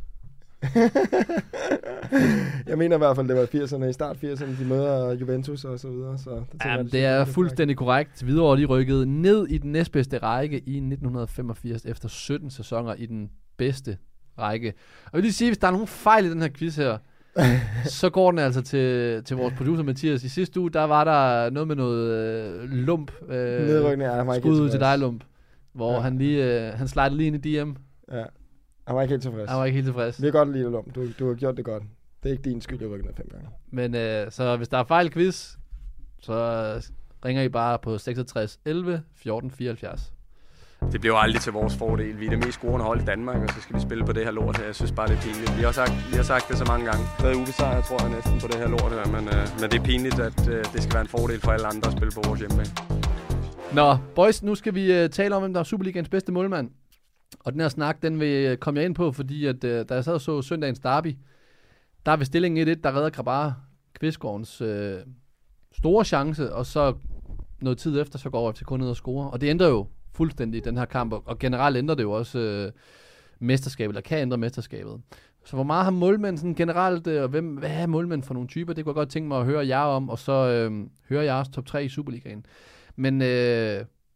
Jeg mener i hvert fald, det var 80'erne. I start 80'erne, de møder Juventus og så videre. Så
det er fuldstændig korrekt. Hvidovre, de rykkede ned i den næstbedste række i 1985 efter 17 sæsoner i den bedste række. Og jeg vil lige sige, hvis der er nogen fejl i den her quiz her, så går den altså til vores producer Mathias. I sidste uge, der var der noget med noget lump. Skud ud til dig, lump. Hvor han slidede lige ind i DM.
Ja. Han var ikke helt tilfreds. Vi kan godt lide det, lump. Du har gjort det godt. Det er ikke din skyld, jeg rykker ned 5 gange.
Men så hvis der er fejl i quiz, så ringer I bare på 66 11 14 74.
Det bliver jo aldrig til vores fordel. Vi er det mest scorende hold i Danmark, og så skal vi spille på det her lort her. Jeg synes bare, det er pinligt. Vi har sagt det så mange gange. 3 ubesejret, tror jeg næsten, på det her lort her. Men det er pinligt, at det skal være en fordel for alle andre at spille på vores hjemmebane.
Nå, boys, nu skal vi tale om, hvem der er Superligaens bedste målmand. Og den her snak, den vil komme jeg ind på, fordi at, da jeg sad og så søndagens derby, der er ved stillingen 1-1, der redder Grabar Kvistgårdens store chance, og så noget tid efter, så går FCK ned og scorer. Og det ændrer jo fuldstændig den her kamp, og generelt ændrer det jo også mesterskabet, eller kan ændre mesterskabet. Så hvor meget har målmænd sådan generelt, og hvad er målmænd for nogle typer? Det kunne jeg godt tænke mig at høre jer om, og så høre jeres top 3 i Superligaen. Men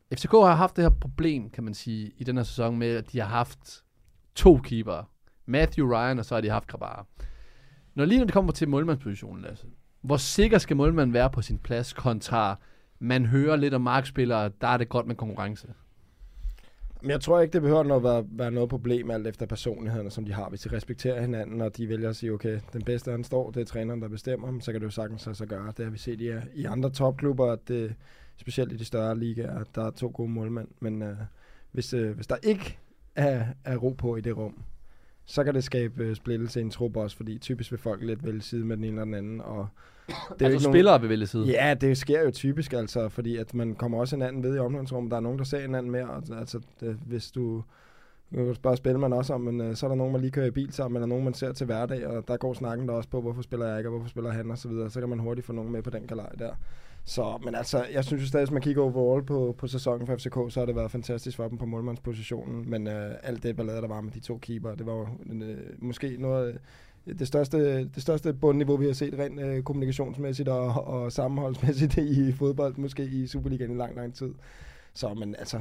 FCK har haft det her problem, kan man sige, i den her sæson med, at de har haft 2 keepere. Matthew Ryan, og så har de haft Grabara. Når det kommer til målmandspositionen, Lasse, hvor sikker skal målmanden være på sin plads, kontra man hører lidt om markspillere, der er det godt med konkurrence?
Men jeg tror ikke, det behøver at være noget problem, alt efter personlighederne, som de har. Hvis de respekterer hinanden, og de vælger at sige, okay, den bedste han står, det er træneren, der bestemmer, så kan det jo sagtens så gøre. Det har vi set i andre topklubber, at det, specielt i de større ligaer, der er 2 gode målmænd. Men hvis der ikke er ro på i det rum, så kan det skabe splittelse i en trup også, fordi typisk vil folk lidt vælge side med den ene eller den anden. Og det er
altså spillere vil vælge side?
Ja, det sker jo typisk, altså, fordi at man kommer også hinanden ved i omklædningsrummet. Der er nogen, der ser hinanden mere. Altså, hvis du spørger spiller også om, men så er der nogen, man lige kører i bil sammen, eller nogen, man ser til hverdag, og der går snakken der også på, hvorfor spiller jeg ikke, og hvorfor spiller han, og så videre. Så kan man hurtigt få nogen med på den galej der. Så, men altså, jeg synes jo stadig, hvis man kigger overall på sæsonen for FCK, så har det været fantastisk for dem på målmandspositionen, men alt det ballade, der var med de 2 keeper, det var jo måske noget det største bundniveau, vi har set rent kommunikationsmæssigt og sammenholdsmæssigt i fodbold, måske i Superligaen i lang tid. Så, men altså,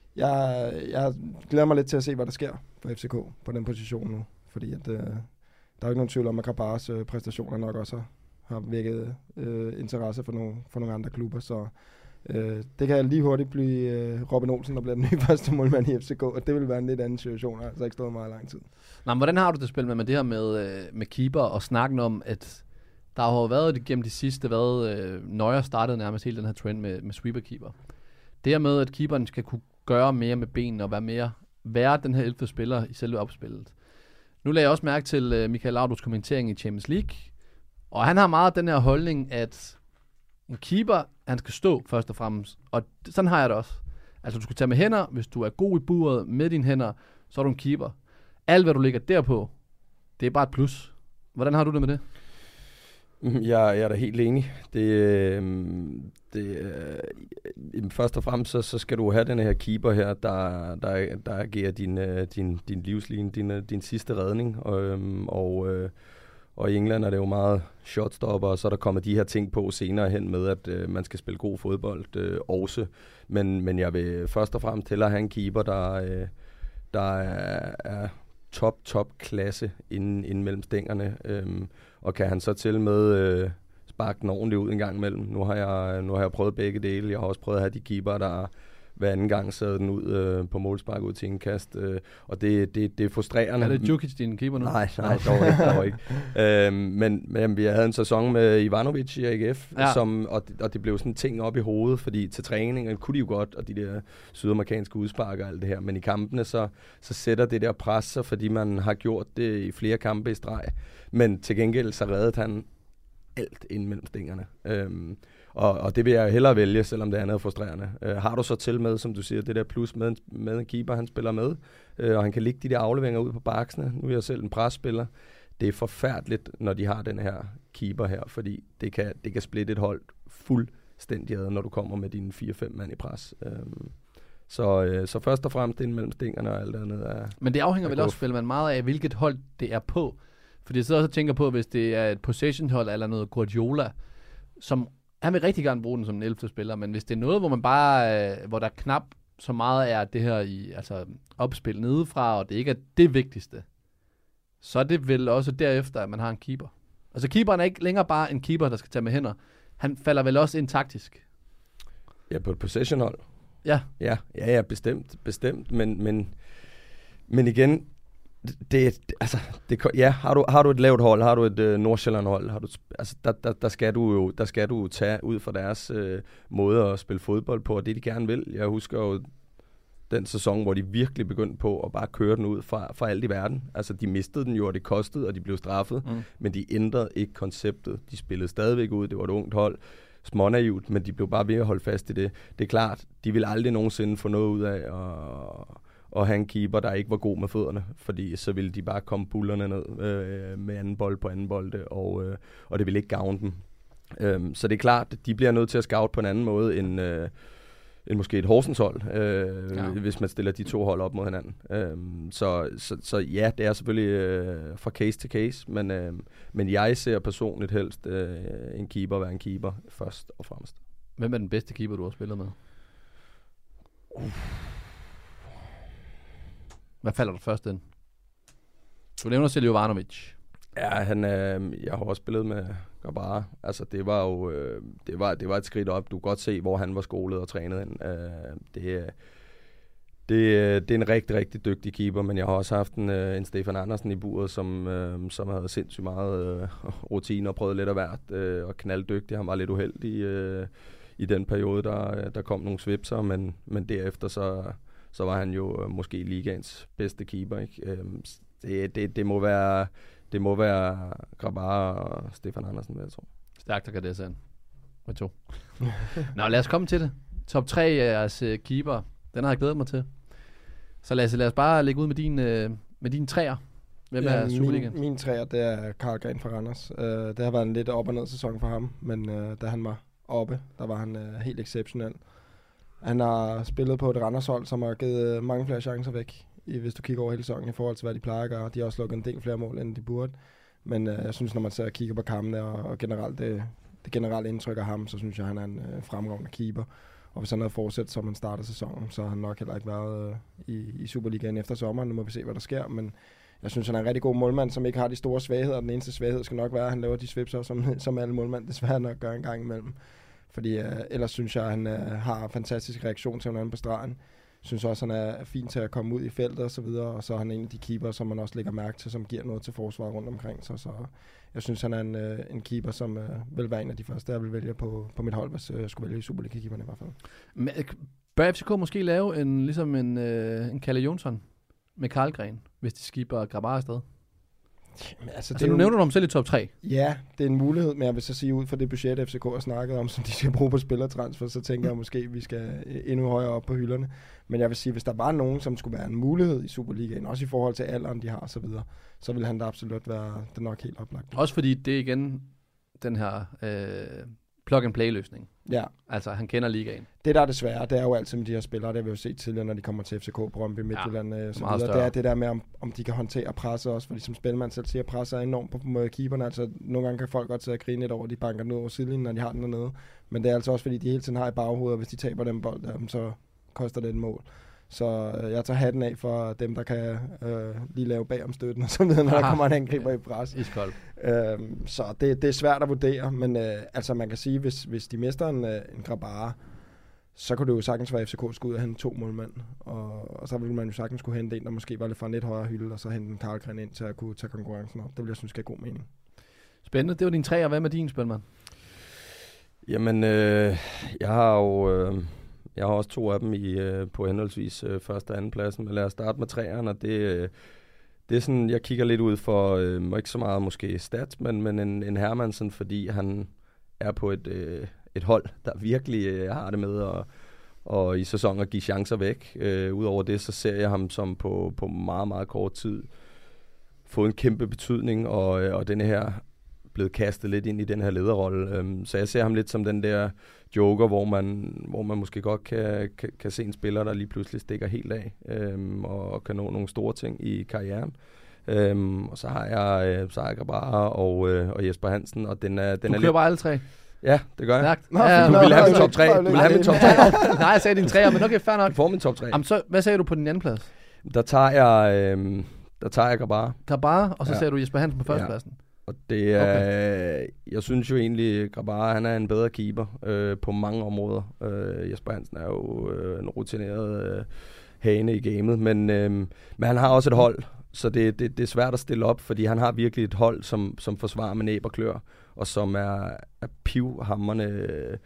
jeg glæder mig lidt til at se, hvad der sker for FCK på den position nu, fordi at, der er ikke nogen tvivl om, at Grabaras præstationer nok også har vækket interesse for nogle andre klubber, så det kan lige hurtigt blive Robin Olsen, der bliver den nye første målmand i FCK, og det vil være en lidt anden situation, altså ikke stået meget lang tid.
Nå, men hvordan har du det spil med det her med keeper og snakken om, at der har været gennem de sidste, Neuer startede nærmest hele den her trend med sweeper-keeper. Det her med, at keeperen skal kunne gøre mere med benene og være den her 11. spiller i selve opspillet. Nu lagde jeg også mærke til Michael Laudrups kommentering i Champions League, og han har meget den her holdning, at en keeper, han skal stå først og fremmest. Og sådan har jeg det også. Altså, du skal tage med hænder. Hvis du er god i buret med dine hænder, så er du en keeper. Alt, hvad du ligger derpå, det er bare et plus. Hvordan har du det med det?
Jeg er da helt enig. Først og fremmest, så skal du have den her keeper her, der agerer din livslinje, din sidste redning. Og i England er det jo meget shotstopper, og så er der kommet de her ting på senere hen med, at man skal spille god fodbold også. Men jeg vil først og fremmest hellere have en keeper, der er top klasse inden mellem stængerne. Og kan han så til med sparke den ordentligt ud en gang imellem. Nu har jeg prøvet begge dele. Jeg har også prøvet at have de keeper, der hver anden gang sad den ud på målspark ud til indkast. Og det er frustrerende.
Er det Djukic, din keeper nu?
Nej, dog ikke. Men vi havde en sæson med Ivanovic i AGF,
ja.
Og det blev sådan en ting op i hovedet, fordi til træningen kunne de jo godt, og de der sydamerikanske udspark og alt det her. Men i kampene, så sætter det der pres sig, fordi man har gjort det i flere kampe i streg. Men til gengæld så reddede han alt inden mellem stængerne. Og det vil jeg hellere vælge, selvom det andet er frustrerende. Har du så til med, som du siger, det der plus med en keeper, han spiller med, og han kan ligge de der afleveringer ud på baksene. Nu er jeg selv en presspiller. Det er forfærdeligt, når de har den her keeper her, fordi det kan splitte et hold fuldstændig ad, når du kommer med dine 4-5 mand i pres. Så først og fremmest inden mellem stængerne og alt andet er...
Men det afhænger vel også, man meget af, hvilket hold det er på. Fordi jeg sidder også og tænker på, hvis det er et possession-hold eller noget Guardiola, som han vil rigtig gerne bruge den som en 11. spiller, men hvis det er noget, hvor man bare, hvor der knap så meget er det her i opspil nedefra, og det ikke er det vigtigste, så er det vel også derefter, at man har en keeper. Altså keeperen er ikke længere bare en keeper, der skal tage med hænder. Han falder vel også ind taktisk.
Ja, på et possession-hold.
Ja,
bestemt, men igen, har du et lavt hold, har du et Nordsjælland-hold, der skal du tage ud fra deres måde at spille fodbold på, og det de gerne vil. Jeg husker jo den sæson, hvor de virkelig begyndte på at bare køre den ud fra alt i verden. Altså, de mistede den jo, og det kostede, og de blev straffet, men de ændrede ikke konceptet. De spillede stadigvæk ud, det var et ungt hold, smånaivt, men de blev bare ved at holde fast i det. Det er klart, de vil aldrig nogensinde få noget ud af og have en keeper, der ikke var god med fødderne, fordi så ville de bare komme bullerne ned med anden bold på anden bolde, og det ville ikke gavne dem. Så det er klart, at de bliver nødt til at scout på en anden måde end måske et Horsens hold, hvis man stiller de 2 hold op mod hinanden. Så ja, det er selvfølgelig fra case til case, men jeg ser personligt helst en keeper være en keeper først og fremmest.
Hvem er den bedste keeper, du har spillet med? Hvad falder der først ind? Du nævner selv Jovanovic.
Ja, jeg har også spillet med Grabara. Altså, det var jo det var et skridt op. Du kan godt se, hvor han var skolet og trænet hen. Det er en rigtig, rigtig dygtig keeper, men jeg har også haft en Stefan Andersen i buret, som havde sindssygt meget rutine og prøvet lidt af hvert, og knalddygtig. Han var lidt uheldig i den periode, der kom nogle svipser, men derefter så var han jo måske ligaens bedste keeper, ikke? Det må være Grabara og Stefan Andersen, vil jeg tro.
Stærkt, der kan det sende. Med 2. Nå, lad os komme til det. Top 3 af jeres keeper. Den har jeg glædet mig til. Så lad os bare lægge ud med din træer. Hvem er Superligaen?
Min træer, det er Karl Gren fra Randers. Det har været en lidt op- og ned sæson for ham, men da han var oppe, der var han helt exceptionel. Han har spillet på et Randers-hold, som har givet mange flere chancer væk, hvis du kigger over hele sæsonen i forhold til, hvad de plejer at gøre. De har også lukket en del flere mål, end de burde. Men jeg synes, når man ser og kigger på kampene og generelt det generelle indtryk af ham, så synes jeg, han er en fremragende keeper. Og hvis han havde fortsat, som han startede sæsonen, så har han nok heller ikke været i Superligaen efter sommeren. Nu må vi se, hvad der sker. Men jeg synes, han er en rigtig god målmand, som ikke har de store svagheder. Den eneste svaghed skal nok være, at han laver de svipser, som alle målmænd desværre nok gør en gang imellem. Fordi ellers synes jeg, at han har fantastisk reaktion til hinanden på stregen. Jeg synes også, at han er fin til at komme ud i feltet og så videre. Og så er han en af de keeper, som man også lægger mærke til, som giver noget til forsvaret rundt omkring. Så jeg synes, han er en keeper, som vil være en af de første, jeg vil vælge på mit hold, hvis jeg skulle vælge Superliga-keeperne i hvert fald.
Men, bør FCK måske lave en Kalle Jonsson med Karl Gren, hvis de skipper Grabara afsted? Altså, nu nævner du ham selv i top 3.
Ja, det er en mulighed, men jeg vil så sige, ud fra det budget, FCK har snakket om, som de skal bruge på spillertransfer, så tænker jeg måske, at vi skal endnu højere op på hylderne. Men jeg vil sige, hvis der var nogen, som skulle være en mulighed i Superligaen, også i forhold til alderen, de har osv., så vil han da absolut være det nok helt oplagt.
Også fordi det er igen den her plug-and-play-løsning.
Ja.
Altså, han kender ligaen.
Det, der er det svære, det er jo altid med de her spillere, det har vi jo set tidligere, når de kommer til FCK, Brøndby, Midtjylland, så videre. Det er det der med, om de kan håndtere presset også, fordi som spilmand selv siger, presset er enormt på keeperne. Altså, nogle gange kan folk godt sidde og grine lidt over, de banker ned over sidelinjen, når de har den dernede. Men det er altså også, fordi de hele tiden har i baghovedet, og hvis de taber den bold der, så koster det et mål. Så jeg tager hatten af for dem, der kan lige lave bagom støtten og så videre, når der kommer en angriber i pres.
Iskold.
Så det er svært at vurdere, men altså man kan sige, hvis de mister en Grabara, så kunne det jo sagtens være, at FCK skulle ud og hente 2 målmænd, og så ville man jo sagtens kunne hente en, der måske var lidt fra en lidt højere hylde, og så hente en Karl Gren ind til at kunne tage konkurrencen op. Det ville jeg synes gav god mening.
Spændende. Det var din 3, og hvad med din, Spelman?
Jamen, jeg har også 2 af dem på henholdsvis første og anden pladsen, men lad os starte med 3'eren, og det er sådan, jeg kigger lidt ud for, ikke så meget måske stats, men en Hermansen, fordi han er på et hold, der virkelig har det med og i sæsonen at give chancer væk. Udover det, så ser jeg ham som på meget, meget kort tid fået en kæmpe betydning, og denne her blevet kastet lidt ind i den her lederrolle. Så jeg ser ham lidt som den der joker, hvor man måske godt kan se en spiller, der lige pludselig stikker helt af og kan nå nogle store ting i karrieren. Og så har jeg Grabara og Jesper Hansen, og den er
du kører bare alle 3?
Ja, det gør jeg.
Du
vil have min top 3. Du vil have min top 3.
Nej, jeg sagde din 3'er, men okay, fair nok.
Du får min top 3.
Jamen, så, hvad sagde du på din anden plads?
Der tager jeg Grabara.
Grabara, og så sagde du Jesper Hansen på førstepladsen.
Og det er, okay. Jeg synes jo egentlig, Grabara, han er en bedre keeper på mange områder. Jesper Hansen er jo en rutineret hane i gamet, men han har også et hold, så det er svært at stille op, fordi han har virkelig et hold, som forsvarer med næb og klør, og som er pivhamrende,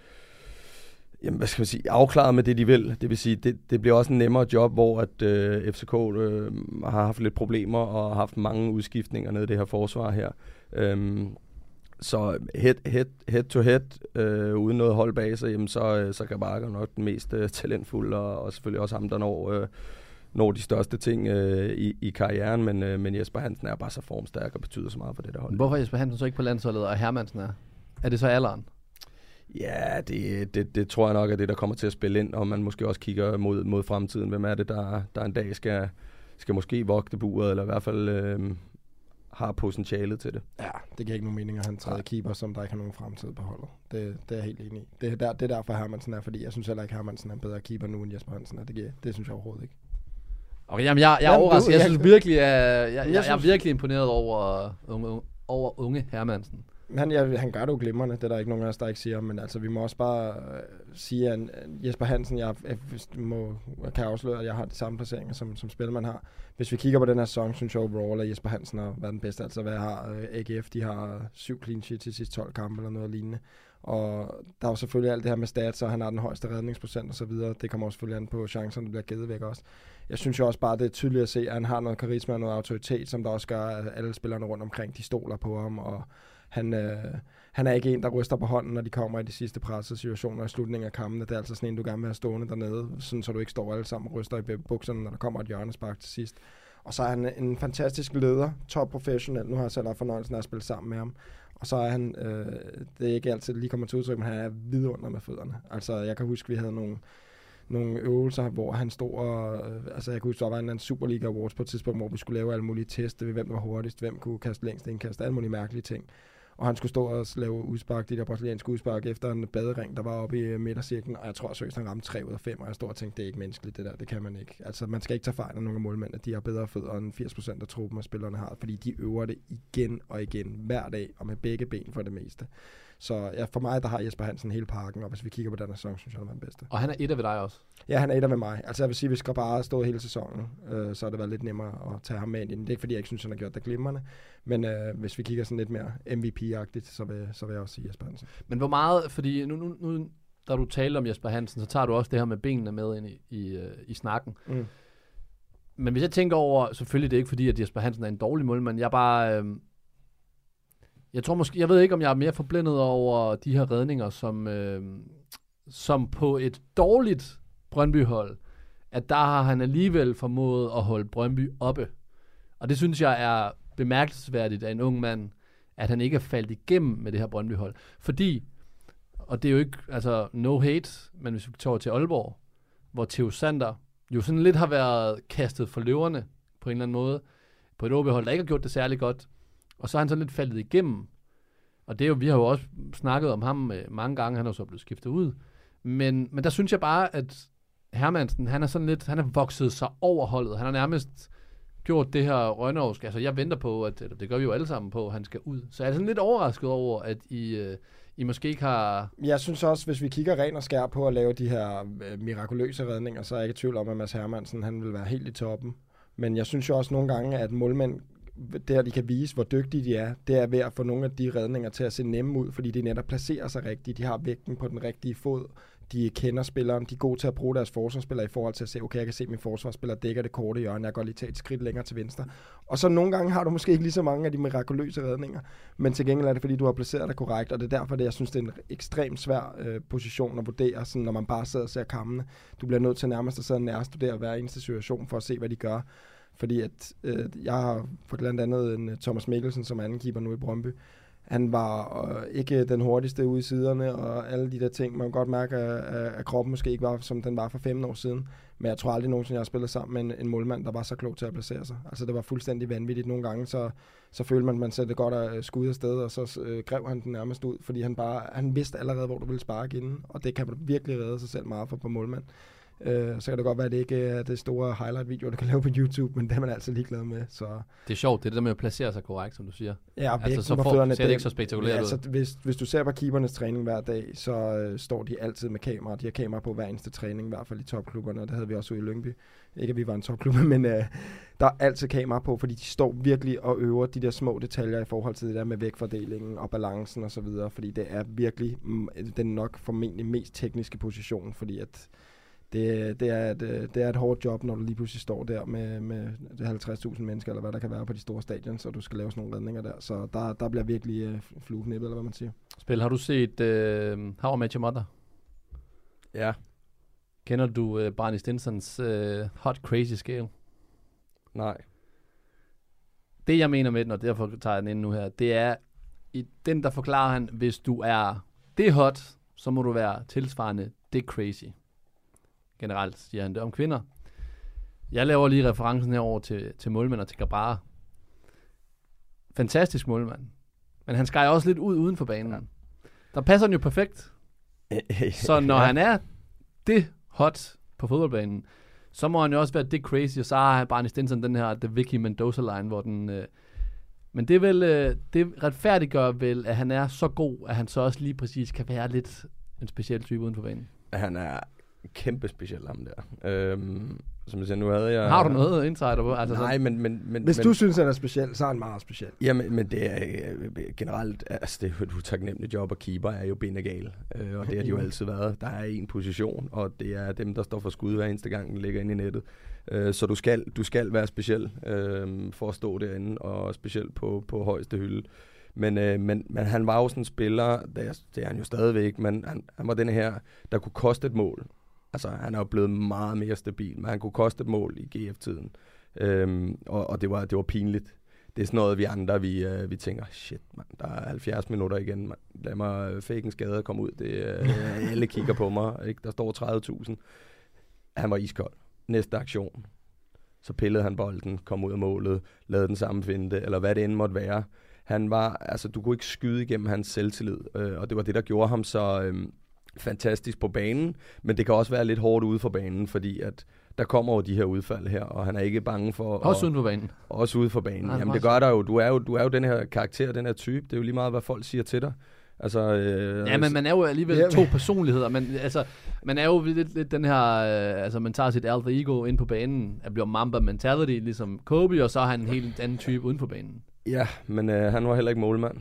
jamen, hvad skal man sige, afklaret med det, de vil. Det vil sige, det bliver også en nemmere job, hvor at FCK har haft lidt problemer og har haft mange udskiftninger nede i det her forsvar her. Så head to head, uden noget hold bag sig, jamen så kan Barker nok den mest talentfulde, og selvfølgelig også ham, der når de største ting i karrieren, men Jesper Hansen er bare så formstærk og betyder så meget for det der hold.
Hvorfor er Jesper Hansen så ikke på landsholdet, og Hermansen er? Er det så alderen?
Ja, det tror jeg nok er det, der kommer til at spille ind, og man måske også kigger mod fremtiden. Hvem er det, der en dag skal måske vogte buret, eller i hvert fald har potentialet til det.
Ja, det giver ikke nogen mening at have en tredje keeper, som der ikke har nogen fremtid på holdet. Det er jeg helt enig i. Det er derfor Hermansen er, fordi jeg synes heller ikke, Hermansen er en bedre keeper nu, end Jesper Hansen er. Det synes jeg overhovedet ikke.
Okay, jamen jeg er overrasket. Jeg synes virkelig, jeg er virkelig imponeret over unge Hermansen.
Han gør det jo glimrende, det er der ikke nogen af os, der ikke siger, men altså vi må også bare sige, at Jesper Hansen, jeg kan afsløre, at jeg har de samme placeringer, som spillermand har. Hvis vi kigger på den her sæson, synes jeg overall, at Jesper Hansen har været den bedste. Altså hvad har AGF, de har 7 clean sheets til sidste 12 kampe eller noget lignende. Og der er jo selvfølgelig alt det her med stats, og han har den højeste redningsprocent og så videre. Det kommer også selvfølgelig an på chancerne, der bliver givet væk også. Jeg synes jo også bare, det er tydeligt at se, at han har noget karisma og noget autoritet, som der også gør, at alle spillerne rundt omkring, de stoler på ham, og han er ikke en, der ryster på hånden, når de kommer i de sidste pressede situationer i slutningen af kampene. Det er altså sådan en, du gerne vil have stående dernede, sådan, så du ikke står alle sammen og ryster i bukserne, når der kommer et hjørnespark til sidst. Og så er han en fantastisk leder, top professionel. Nu har jeg selv haft fornøjelsen af at spille sammen med ham. Og så er han, det er ikke altid lige kommer til udtryk, men han er vidunder med fødderne. Altså, jeg kan huske, vi havde nogle øvelser, hvor han stod og... altså, jeg kan huske, der var en Superliga Awards på et tidspunkt, hvor vi skulle lave alle mulige teste ved, hvem der var hurtigst, hvem kunne kaste længst indkast, alle mulige mærkelige ting. Og han skulle stå og lave udspark, de der brasilianske udspark, efter en badering, der var oppe i midtercirklen, og jeg tror seriøst, han ramte 3 ud af 5, og jeg stod og tænkte, det er ikke menneskeligt, det der, det kan man ikke. Altså, man skal ikke tage fejl af nogle af målmændene, de har bedre fødder end 80% af truppen, og spillerne har, fordi de øver det igen og igen, hver dag, og med begge ben for det meste. Så ja, for mig, der har Jesper Hansen hele pakken, og hvis vi kigger på den her sæson, synes jeg, han er den bedste.
Og han er etter ved dig også?
Ja, han er etter ved mig. Altså jeg vil sige, hvis vi skal bare stå hele sæsonen, så har det været lidt nemmere at tage ham med ind i den. Det er ikke fordi, jeg ikke synes, han har gjort det glimrende, men hvis vi kigger sådan lidt mere MVP-agtigt, så vil jeg også sige Jesper Hansen.
Men hvor meget, fordi nu da du taler om Jesper Hansen, så tager du også det her med benene med ind i snakken. Mm. Men hvis jeg tænker over, selvfølgelig det er ikke fordi, at Jesper Hansen er en dårlig målmand, jeg ved ikke, om jeg er mere forblændet over de her redninger, som på et dårligt Brøndby-hold, at der har han alligevel formået at holde Brøndby oppe. Og det synes jeg er bemærkelsesværdigt af en ung mand, at han ikke er faldet igennem med det her Brøndby-hold. Fordi, og det er jo ikke, altså no hate, men hvis vi tager til Aalborg, hvor Theo Sander jo sådan lidt har været kastet for løverne på en eller anden måde, på et OB-hold, der ikke har gjort det særlig godt, og så er han sådan lidt faldet igennem. Og det er jo, vi har jo også snakket om ham mange gange, han er jo så blevet skiftet ud. Men der synes jeg bare, at Hermansen, han er vokset sig over holdet. Han har nærmest gjort det her rønnersk. Altså jeg venter på, at det gør vi jo alle sammen på, at han skal ud. Så jeg er sådan lidt overrasket over, at I måske ikke har...
Jeg synes også, hvis vi kigger ren og skær på at lave de her mirakuløse redninger, så er jeg ikke i tvivl om, at Mads Hermansen, han vil være helt i toppen. Men jeg synes jo også nogle gange, at målmænd, der de kan vise, hvor dygtige de er, det er ved at få nogle af de redninger til at se nemme ud, fordi de netop placerer sig rigtigt, de har vægten på den rigtige fod, de kender spilleren, de er gode til at bruge deres forsvarsspillere i forhold til at se, okay, jeg kan se, at min forsvarsspiller dækker det korte hjørne, jeg kan godt lige tage et skridt længere til venstre. Og så nogle gange har du måske ikke lige så mange af de mirakuløse redninger, men til gengæld er det, fordi du har placeret dig korrekt, og det er derfor, jeg synes, det er en ekstremt svær position at vurdere, sådan, når man bare sidder og ser kampene. Du bliver nødt til nærmest at sidde og nærstudere hver eneste situation for at se, hvad de gør. Fordi at jeg har for blandt andet en Thomas Mikkelsen som anden keeper nu i Brøndby. Han var ikke den hurtigste ude i siderne og alle de der ting. Man kan godt mærke, at kroppen måske ikke var, som den var for 15 år siden. Men jeg tror aldrig nogensinde, jeg har spillet sammen med en målmand, der var så klog til at placere sig. Altså det var fuldstændig vanvittigt. Nogle gange så følte man sætte godt at skud afsted, og så grev han den nærmest ud. Fordi han vidste allerede, hvor du ville sparke inden. Og det kan man virkelig redde sig selv meget for på målmand. Så kan det godt være, at det ikke er det store highlight-video, du kan lave på YouTube, men det er man altid ligeglad med. Så.
Det er sjovt, det er det der med at placere sig korrekt, som du siger.
Ja,
altså, så ser det ikke så spektakulært ud.
Altså, hvis du ser på keepernes træning hver dag, så står de altid med kamera. De har kamera på hver eneste træning, i hvert fald i topklubberne, og det havde vi også ude i Lyngby. Ikke at vi var en topklub, men der er altid kamera på, fordi de står virkelig og øver de der små detaljer i forhold til det der med vægtfordelingen og balancen og så videre, fordi det er virkelig den nok formentlig mest tekniske position, fordi at det er et hårdt job, når du lige pludselig står der med 50.000 mennesker, eller hvad der kan være på de store stadion, så du skal lave sådan nogle redninger der. Så der bliver virkelig flueknippet, eller hvad man siger.
Spil, har du set How I Met Your Mother?
Ja.
Kender du Barney Stinsons Hot Crazy Scale?
Nej.
Det jeg mener med den, og derfor tager jeg den ind nu her, det er, i den der forklarer han, hvis du er det hot, så må du være tilsvarende det crazy. Generelt siger han det om kvinder. Jeg laver lige referencen herover til målmænd og til Gabara. fantastisk målmand. Men han skærer også lidt ud uden for banen. Ja. Der passer han jo perfekt. Så når han er det hot på fodboldbanen, så må han jo også være det crazy, og så har Barney Stinson den her The Vicky Mendoza-line, hvor den... men det er vel, det retfærdiggør vel, at han er så god, at han så også lige præcis kan være lidt en speciel type uden for banen.
Han er kæmpe speciel, ham der. Som jeg siger, nu havde jeg...
Har du noget insider på? Altså
nej, men...
Hvis du synes, han er speciel, så er han meget speciel.
Ja, men det er generelt... Altså, det er jo et utaknemmeligt job, og keeper er jo benegale. Og det har de jo altid været. Der er en position, og det er dem, der står for skud hver eneste gang, den ligger inde i nettet. Så du skal være speciel for at stå derinde, og specielt på højeste hylde. Men han var jo sådan en spiller, det er han jo stadigvæk, men han var den her, der kunne koste et mål. Altså, han er jo blevet meget mere stabil, men han kunne koste et mål i GF-tiden. Og det var pinligt. Det er sådan noget, vi andre, vi tænker, shit, man, der er 70 minutter igen, man. Lad mig fake en skade og komme ud. Alle kigger på mig, ikke? Der står 30.000. Han var iskold. Næste aktion. Så pillede han bolden, kom ud af målet, lavede den samme finte, eller hvad det end måtte være. Han var, altså, du kunne ikke skyde igennem hans selvtillid, og det var det, der gjorde ham så fantastisk på banen, men det kan også være lidt hårdt ude for banen, fordi at der kommer jo de her udfald her, og han er ikke bange for...
Også ude for banen.
Også ude for banen. Jamen det gør der jo. Du er jo den her karakter, den her type. Det er jo lige meget, hvad folk siger til dig. Altså,
ja, men man er jo alligevel to personligheder. Men altså, man er jo lidt den her... altså, man tager sit alter ego ind på banen, at bliver Mamba mentality, ligesom Kobe, og så er han en helt anden type uden for banen.
Ja, men han var heller ikke målmand.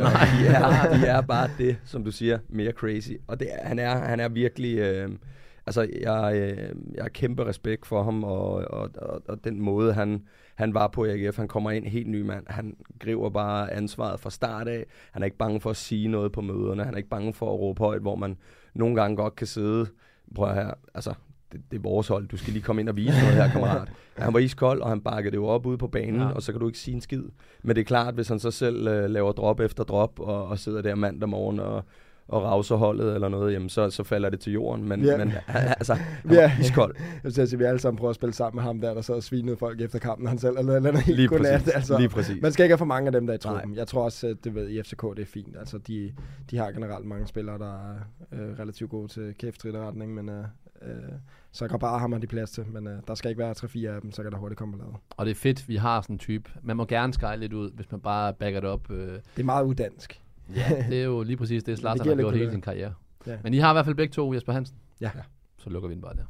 De er bare det, som du siger, mere crazy. Og han er virkelig... altså, jeg har kæmpe respekt for ham, og den måde, han var på i AGF. Han kommer ind helt ny mand. Han griber bare ansvaret fra start af. Han er ikke bange for at sige noget på møderne. Han er ikke bange for at råbe højt, hvor man nogle gange godt kan sidde. Prøv her, altså... Det er vores hold. Du skal lige komme ind og vise noget her, kammerat. Han var iskold, og han bakkede det jo op ude på banen, og så kan du ikke sige en skid. Men det er klart, hvis han så selv laver drop efter drop, og sidder der mandag morgen og rauser holdet eller noget, jamen så falder det til jorden. Men altså, han var iskold.
Jeg vil sige, vi alle sammen prøver at spille sammen med ham der sad og svinede folk efter kampen, han selv eller helt godnat. Altså,
lige præcis.
Man skal ikke have for mange af dem, der i truppen. Jeg tror også, at i FCK det er fint. Altså, de har generelt mange spillere, der er relativt gode til kæftridderretning, men så kan bare hammer de plads til, men der skal ikke være 3-4 af dem, så kan der hurtigt komme lavet.
Og det er fedt, vi har sådan en type. Man må gerne skære lidt ud, hvis man bare backer det op.
Det er meget uddansk.
Ja, det er jo lige præcis det, Zlatan har gjort hele sin karriere. Ja. Men I har i hvert fald begge to, Jesper Hansen.
Ja.
Så lukker vi den bare der.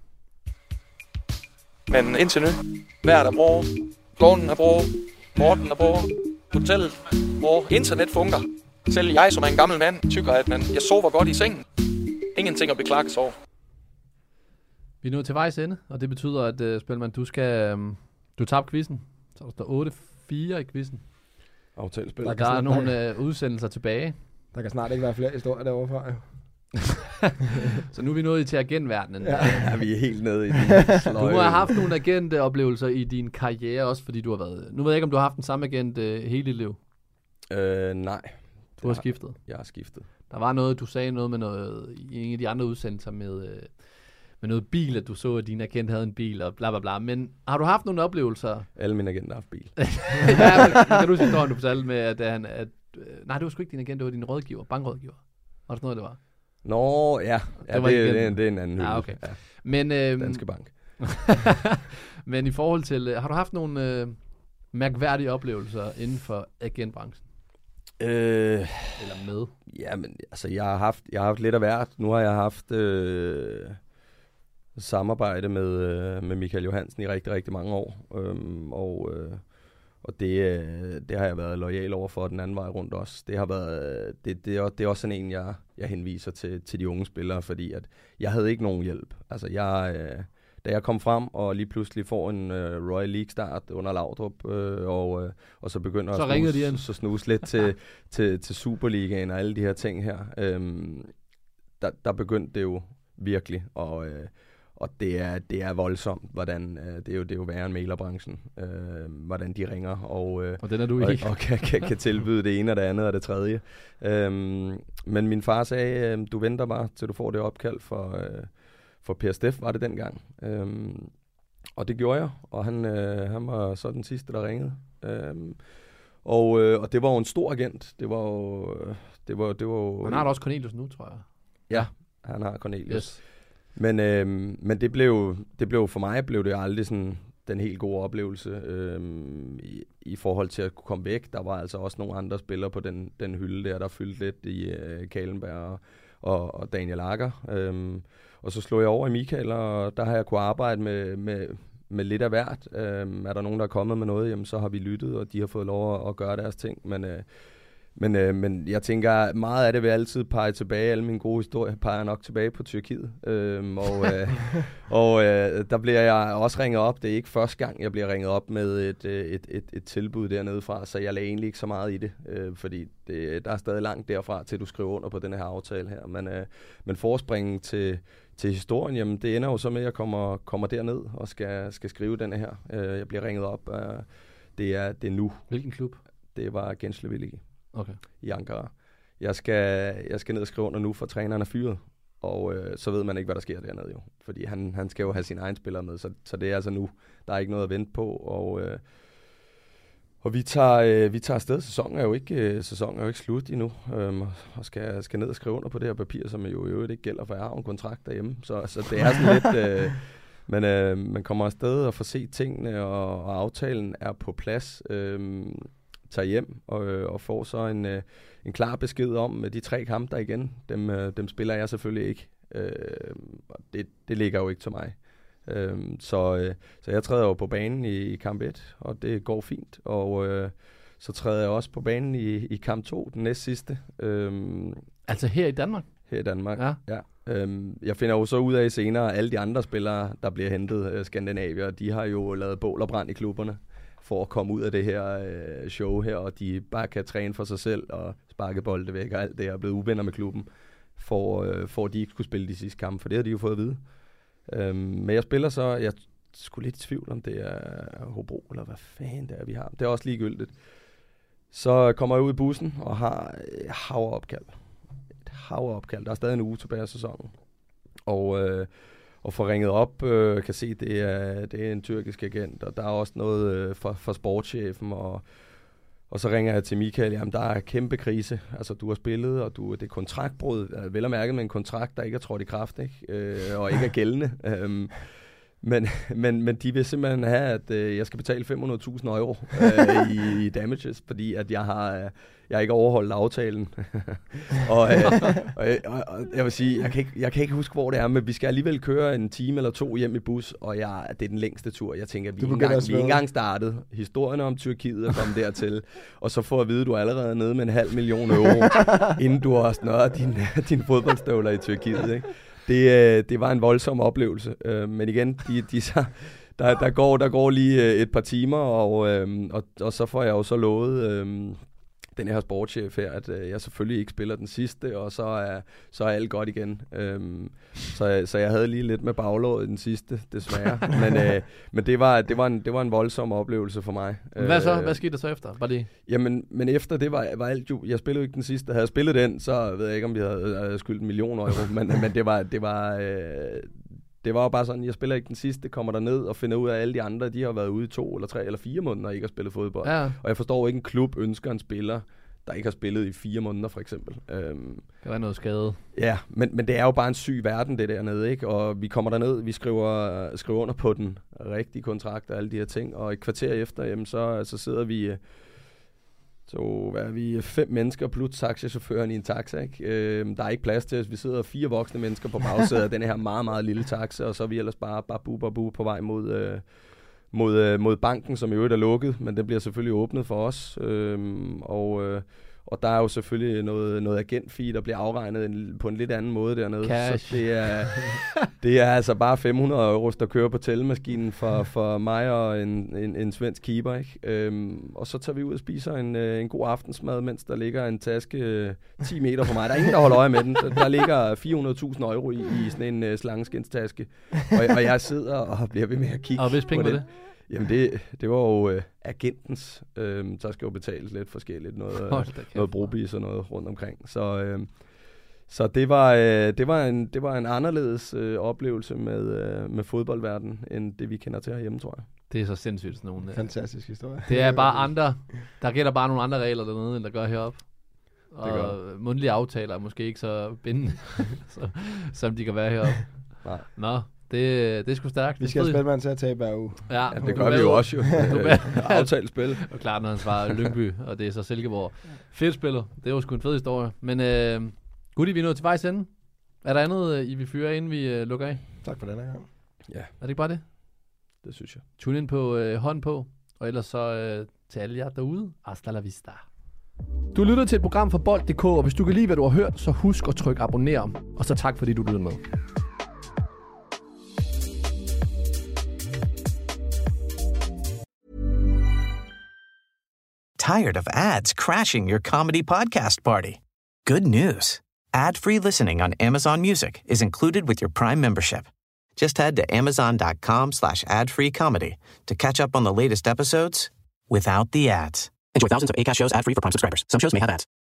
Men indtil nu, vejret er bra, gården er bra, Morten er bra, hotellet bra, internet fungerer. Selv jeg, som er en gammel mand, tykker, at jeg sover godt i sengen. Ingenting at beklage sig over.
Vi er nået til vejs ende, og det betyder, at Spelman, du tabte quizzen. Så der står 8-4 i quizzen.
Aftalespil.
Der er nogle udsendelser tilbage.
Der kan snart ikke være flere historier derovre fra.
Så nu er vi nået til agentverdenen.
Ja, vi er helt nede i
Du må have haft nogle agentoplevelser i din karriere også, fordi du har været... Nu ved jeg ikke, om du har haft den samme agent hele dit liv.
Nej.
Du har skiftet?
Jeg har skiftet.
Der var noget, du sagde noget med noget i en af de andre udsendelser med noget bil, at du så, at din agent havde en bil og bla bla bla. Men har du haft nogle oplevelser?
Alle mine agenter har haft bil.
Ja, kan du sige, du fortalte med, at nej, det var sgu ikke din agent, det var din rådgiver, bankrådgiver. Var det sådan noget, det var?
Nå, ja. Det er en anden hylde.
Ja, okay.
Ja.
Men,
Danske Bank.
Men i forhold til, har du haft nogle mærkværdige oplevelser inden for agentbranchen? Eller med?
Ja, men altså, jeg har haft lidt af hvert. Nu har jeg haft samarbejde med Michael Johansen i rigtig, rigtig mange år. Og det har jeg været loyal over for den anden vej rundt også. Det har været det er også sådan en, jeg henviser til de unge spillere, fordi at jeg havde ikke nogen hjælp. Altså da jeg kom frem og lige pludselig får en Royal League start under Laudrup, og så begynder at snuse lidt til Superligaen og alle de her ting her, der begyndte det jo virkelig, og det er voldsomt, hvordan det er jo værre end mailerbranchen, hvordan de ringer og
den er du ikke.
Og kan tilbyde det ene og det andet og det tredje. Men min far sagde, du venter bare til du får det opkald for Per Steff, var det dengang. Og det gjorde jeg, og han var så den sidste, der ringede. Og det var jo en stor agent. Det var jo...
Han har da også Cornelius nu, tror jeg.
Ja, han har Cornelius.
Yes.
Men det blev for mig blev det aldrig sådan den helt gode oplevelse i forhold til at kunne komme væk. Der var altså også nogle andre spillere på den hylde der fyldte lidt i Kalenberg og Daniel Akker. Og så slog jeg over i Michael, og der har jeg kunnet arbejde med lidt af hvert. Er der nogen, der er kommet med noget, jamen, så har vi lyttet, og de har fået lov at gøre deres ting. Men jeg tænker, meget af det vil altid pege tilbage. Alle mine gode historier peger nok tilbage på Tyrkiet. Der bliver jeg også ringet op. Det er ikke første gang, jeg bliver ringet op med et tilbud dernede fra, så jeg lagde egentlig ikke så meget i det. Fordi der er stadig langt derfra, til du skriver under på den her aftale her. Men forspringen til historien, jamen, det ender jo så med, at jeg kommer derned og skal skrive den her. Jeg bliver ringet op. Det er nu.
Hvilken klub?
Det var Gençlerbirliği.
Okay.
I Ankara. Jeg skal ned og skrive under nu, for træneren er fyret. Og så ved man ikke, hvad der sker dernede jo. Fordi han skal jo have sine egne spillere med, så det er altså nu. Der er ikke noget at vente på. Og vi tager afsted. Sæsonen er jo ikke slut endnu. Og skal ned og skrive under på det her papir, som jo i øvrigt ikke gælder, for jeg har en kontrakt derhjemme. Så det er sådan lidt... Men man kommer afsted og får set tingene, og aftalen er på plads. Tager hjem og får så en klar besked om de 3 kampe der igen. Dem spiller jeg selvfølgelig ikke. Det ligger jo ikke til mig. Så jeg træder jo på banen i kamp 1, og det går fint. Og så træder jeg også på banen i kamp 2, den næst sidste.
Altså her i Danmark?
Her i Danmark, ja. Jeg finder jo så ud af senere, at alle de andre spillere, der bliver hentet Skandinavier, de har jo lavet bål og brand i klubberne for at komme ud af det her show her, og de bare kan træne for sig selv og sparke bolde væk og alt det, og er blevet uvenner med klubben, for at de ikke skulle spille de sidste kampe, for det har de jo fået at vide. Men jeg spiller så, jeg skulle lidt i tvivl om det er Hobro, eller hvad fanden det er, vi har. Det er også ligegyldigt. Så kommer jeg ud i bussen og har et havopkald. Der er stadig en uge tilbage af sæsonen. Og får ringet op, kan se, det er en tyrkisk agent, og der er også noget fra sportschefen, og så ringer jeg til Michael, jamen der er kæmpe krise, altså du har spillet, og det er kontraktbrud, vel at mærke med en kontrakt, der ikke er trådt i kraft, ikke? Og ikke er gældende. Men de vil simpelthen have, at jeg skal betale 500.000 euro i damages, fordi at jeg ikke overholdt aftalen. og jeg vil sige, jeg kan ikke huske, hvor det er, men vi skal alligevel køre en time eller 2 hjem i bus, og det er den længste tur. Jeg tænker, vi er ikke engang startet. Historien om Tyrkiet er kommet dertil, og så får at vide, at du er allerede nede med 500.000 euro, inden du har snøret dine fodboldstøvler i Tyrkiet, ikke? Det var en voldsom oplevelse, men igen, der går lige et par timer, og så får jeg jo så lovet den her sportschef her, at jeg selvfølgelig ikke spiller den sidste, og så er alt godt igen. Så jeg havde lige lidt med baglåret i den sidste, desværre. Men det var en voldsom oplevelse for mig.
Hvad så? Hvad skete der så efter? Var det?
Jamen, men efter det var alt jo... Jeg spillede jo ikke den sidste. Havde jeg spillet den, så ved jeg ikke, om vi havde skyldt 1 million euro. Men det var jo bare sådan, jeg spiller ikke den sidste, kommer der ned og finder ud af, at alle de andre, de har været ude i 2 eller 3 eller 4 måneder og ikke har spillet fodbold. Ja. Og jeg forstår ikke, en klub ønsker en spiller, der ikke har spillet i 4 måneder, for eksempel.
Kan være noget skade.
Ja, men det er jo bare en syg verden, det dernede, ikke? Og vi kommer derned, vi skriver under på den rigtige kontrakt og alle de her ting, og et kvarter efter, jamen, så sidder vi... Så hvad er vi? 5 mennesker plus taxachaufføren i en taxa, ikke? Der er ikke plads til os. Vi sidder 4 voksne mennesker på bagsædet af den her meget, meget lille taxa, og så er vi ellers bare bu på vej mod banken, som i øvrigt er lukket, men den bliver selvfølgelig åbnet for os. Og der er jo selvfølgelig noget agentfee, der bliver afregnet på en lidt anden måde dernede.
Cash.
Så det er altså bare 500 euros, der kører på tællemaskinen for mig og en svensk keeper, ikke? Og så tager vi ud og spiser en god aftensmad, mens der ligger en taske 10 meter fra mig. Der er ingen, der holder øje med den. Der ligger 400.000 euro i sådan en slangeskinstaske. Og jeg sidder og bliver ved med at kigge.
Og hvis penge på det?
Jamen det var jo agentens, der skal jo betales lidt forskelligt, noget brobis og noget rundt omkring. Så det var en anderledes oplevelse med fodboldverdenen, end det vi kender til herhjemme, tror jeg.
Det er så sindssygt sådan nogle.
Fantastisk historie.
Det er bare andre. Der gælder bare nogle andre regler dernede, end der gør heroppe. Og mundtlige aftaler er måske ikke så bindende, som de kan være heroppe.
Nej.
Nå, det er sgu stærkt.
Vi skal have spilmand til at tabe hver uge.
Ja, det gør vi jo også jo. Aftalt spil.
Og klart, når han svarer Lyngby, og det er så Silkeborg. Fedt spillet. Det var sgu en fed historie. Men Gutti, vi er nået til vejs ende. Er der andet, I vil fyre, inden vi lukker af?
Tak for denne gang.
Ja.
Er det ikke bare det?
Det synes jeg.
Tune ind på hånd på, og ellers så til alle jer derude. Hasta la vista. Du lytter til et program fra Bold.dk, og hvis du kan lide, hvad du har hørt, så husk at trykke abonner. Og så tak, fordi du lytter med.
Tired of ads crashing your comedy podcast party? Good news. Ad-free listening on Amazon Music is included with your Prime membership. Just head to amazon.com/ad-free comedy to catch up on the latest episodes without the ads. Enjoy thousands of Acast shows ad-free for Prime subscribers. Some shows may have ads.